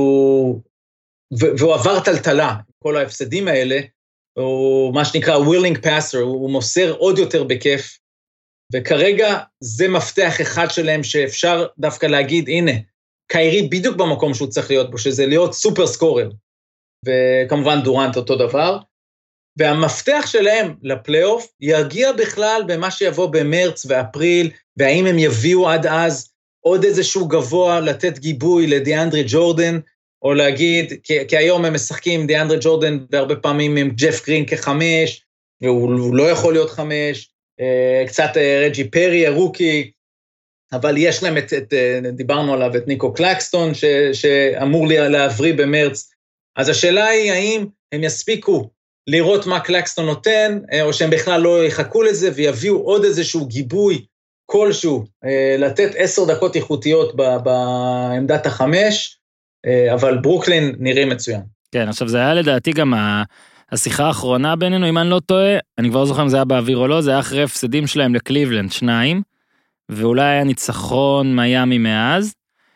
והוא עבר טלטלה, כל ההפסדים האלה, הוא מה שנקרא willing passer, הוא מוסר עוד יותר בכיף, וכרגע זה מפתח אחד שלהם שאפשר דווקא להגיד, הנה, קיירי בדיוק במקום שהוא צריך להיות בו, שזה להיות סופר סקורר, וכמובן דורנט אותו דבר, והמפתח שלהם לפלייאוף יגיע בכלל במה שיבוא במרץ ואפריל, והאם הם יביאו עד אז עוד איזשהו גבוה לתת גיבוי לדיאנדרי ג'ורדן, או להגיד, כי היום הם משחקים דיאנדרי ג'ורדן, והרבה פעמים עם ג'ף גרין כ5, והוא לא יכול להיות 5, קצת רג'י פרי, הרוקי, אבל יש להם דיברנו עליו, את ניקו קלקסטון, שאמור להבריא במרץ, אז השאלה היא, האם הם יספיקו לראות מה קלקסטון נותן, או שהם בכלל לא יחכו לזה, ויביאו עוד איזשהו גיבוי כלשהו, לתת 10 דקות איכותיות בעמדת 5, אבל ברוקלין נראה מצוין. כן, עכשיו זה היה לדעתי גם השיחה האחרונה בינינו, אם אני לא טועה, אני כבר לא זוכר אם זה היה באוויר או לא, זה היה אחרי הפסדים שלהם לקליבלנד, 2, ואולי היה ניצחון מיימי מאז,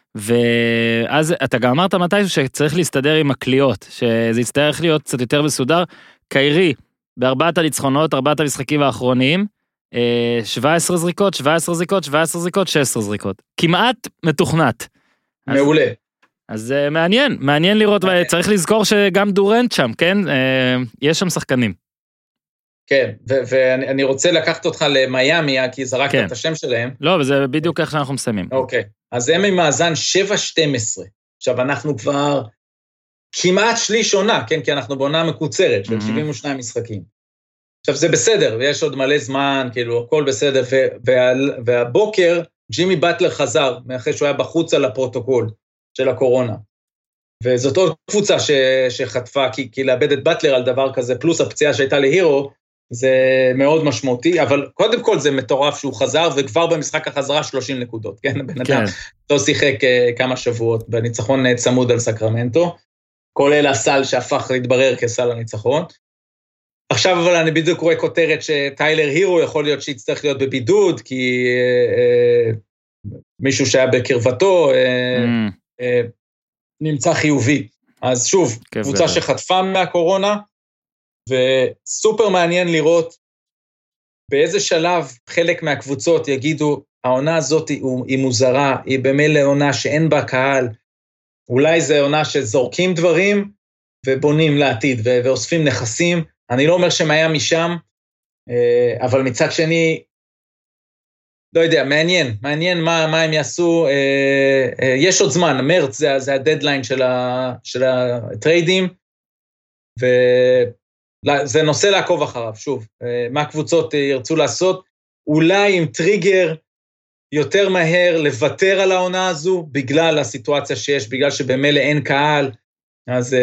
ואז אתה גם אמרת מתישהו שצריך להסתדר עם הקליעות, שזה יצטרך להיות קצת יותר מסודר, קיירי, בארבעת הניצחונות, 4 המשחקים האחרונים, 17 זריקות, 17 זריקות, 17 זריקות, 16 זריקות, כמעט מתוכנת. מעולה. אז מעניין לראות, צריך לזכור שגם דורנט שם, כן? יש שם שחקנים. כן, ואני רוצה לקחת אותך למיימי, כי זרקת את השם שלהם. לא, וזה בדיוק איך שאנחנו מסיימים. אוקיי, אז הם עם מאזן 7-12. עכשיו, אנחנו כבר כמעט שליש עונה, כן? כי אנחנו בעונה מקוצרת, של 72 משחקים. עכשיו, זה בסדר, ויש עוד מלא זמן, כאילו, הכל בסדר, והבוקר, ג'ימי באטלר חזר, מאחרי שהוא היה בחוץ על הפרוטוקול של הקורונה. וזאת עוד קבוצה שחטפה, כי לאבד את באטלר על דבר כזה, פלוס הפציעה שהייתה להירו, זה מאוד משמעותי, אבל קודם כל זה מטורף שהוא חזר, וכבר במשחק החזרה 30 נקודות, כן? בן אדם לא שיחק כמה שבועות, בניצחון צמוד על סקרמנטו, כולל הסל שהפך להתברר כסל הניצחון, עכשיו אבל אני בדיוק רואה כותרת שטיילר הירו יכול להיות שיצטרך להיות בבידוד, כי מישהו שהיה בקרבתו נמצא חיובי. אז שוב, קבוצה שחטפה מהקורונה, וסופר מעניין לראות באיזה שלב חלק מהקבוצות יגידו, העונה הזאת היא מוזרה, היא במילא עונה שאין בה קהל, אולי זה עונה שזורקים דברים ובונים לעתיד ואוספים נכסים, אני לא אומר שהיה משם, אבל מצד שני, לא יודע, מעניין מה הם יעשו, יש עוד זמן, מרץ זה הדדליין של הטריידים, וזה נושא לעקוב אחריו, שוב, מה הקבוצות ירצו לעשות, אולי עם טריגר יותר מהר לוותר על העונה הזו, בגלל הסיטואציה שיש, בגלל שבמילא אין קהל, אז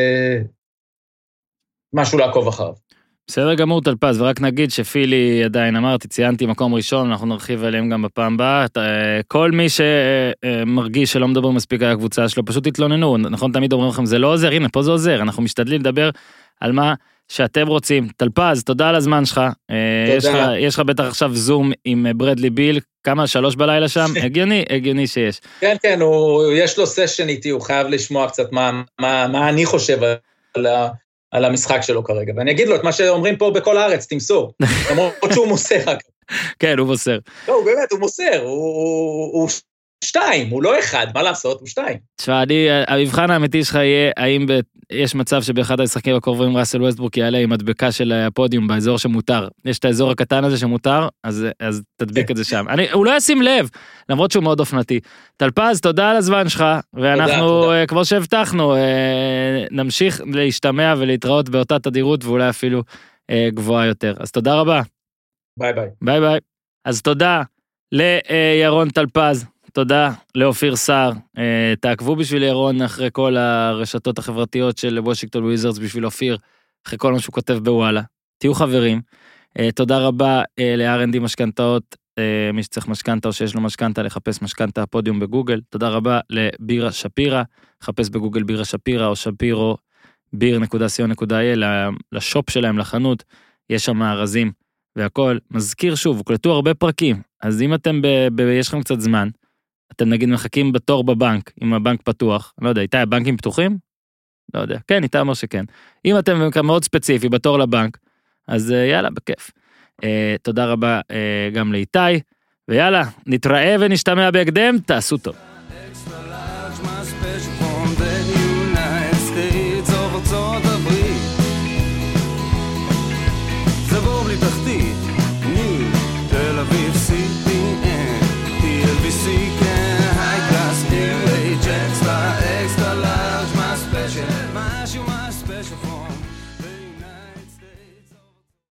משהו לעקוב אחריו. בסדר גמור טלפז, ורק נגיד שפילי עדיין אמרתי, ציינתי מקום ראשון, אנחנו נרחיב עליהם גם בפעם הבאה, כל מי שמרגיש שלא מדבר מספיק על הקבוצה שלו, פשוט תתלוננו, נכון, תמיד אומרים לכם, זה לא עוזר, הנה, פה זה עוזר, אנחנו משתדלים לדבר על מה שאתם רוצים. טלפז, תודה על הזמן שלך, יש לך בטח עכשיו זום עם ברדלי ביל, כמה, 3 בלילה שם? הגיוני שיש. כן, יש לו סשן איתי, הוא חייב לשמוע קצת מה אני חושב על המשחק שלו כרגע, ואני אגיד לו את מה שאומרים פה בכל הארץ, תמסור, למרות שהוא מוסר. כן, הוא מוסר. לא, הוא באמת, הוא מוסר, הוא 2, הוא לא 1, מה לעשות, הוא 2. תשמע, המבחן האמיתי שלך יהיה, האם יש מצב שבאחד המשחקים הקרובים ראסל ווסטברוק יעלה עם מדבקה של הפודיום באזור שמותר, יש את האזור הקטן הזה שמותר, אז תדביק את זה שם. הוא לא ישים לב, למרות שהוא מאוד אופנתי. טלפז, תודה על הזמן שלך, ואנחנו, כמו שהבטחנו, נמשיך להשתמע ולהתראות באותה תדירות, ואולי אפילו גבוהה יותר. אז תודה רבה. ביי ביי. ביי ביי. אז תודה לירון טלפז. תודה לאופיר סער, תעקבו בשביל ירון אחרי כל הרשתות החברתיות של וושינגטון וויזרדס בשביל אופיר, אחרי כל מה שהוא כותב בוואלה, תהיו חברים, תודה רבה ל-R&D משכנתאות, מי שצריך משכנתה או שיש לו משכנתה, לחפש משכנתה הפודיום בגוגל, תודה רבה לבירה שפירה, חפש בגוגל בירה שפירה או שפירו, ביר.co.il, לשופ שלהם, לחנות, יש שם מארזים והכל, מזכיר שוב, הוקלטו הרבה פרקים, אז אם אתם, יש לכם קצת זמן, אתם נגיד מחכים בתור בבנק, אם הבנק פתוח, לא יודע, איתי הבנקים פתוחים? לא יודע, כן, איתי אומר שכן. אם אתם מאוד ספציפי בתור לבנק, אז יאללה, בכיף. תודה רבה גם לאיתי, ויאללה, נתראה ונשתמע בהקדם, תעשו טוב.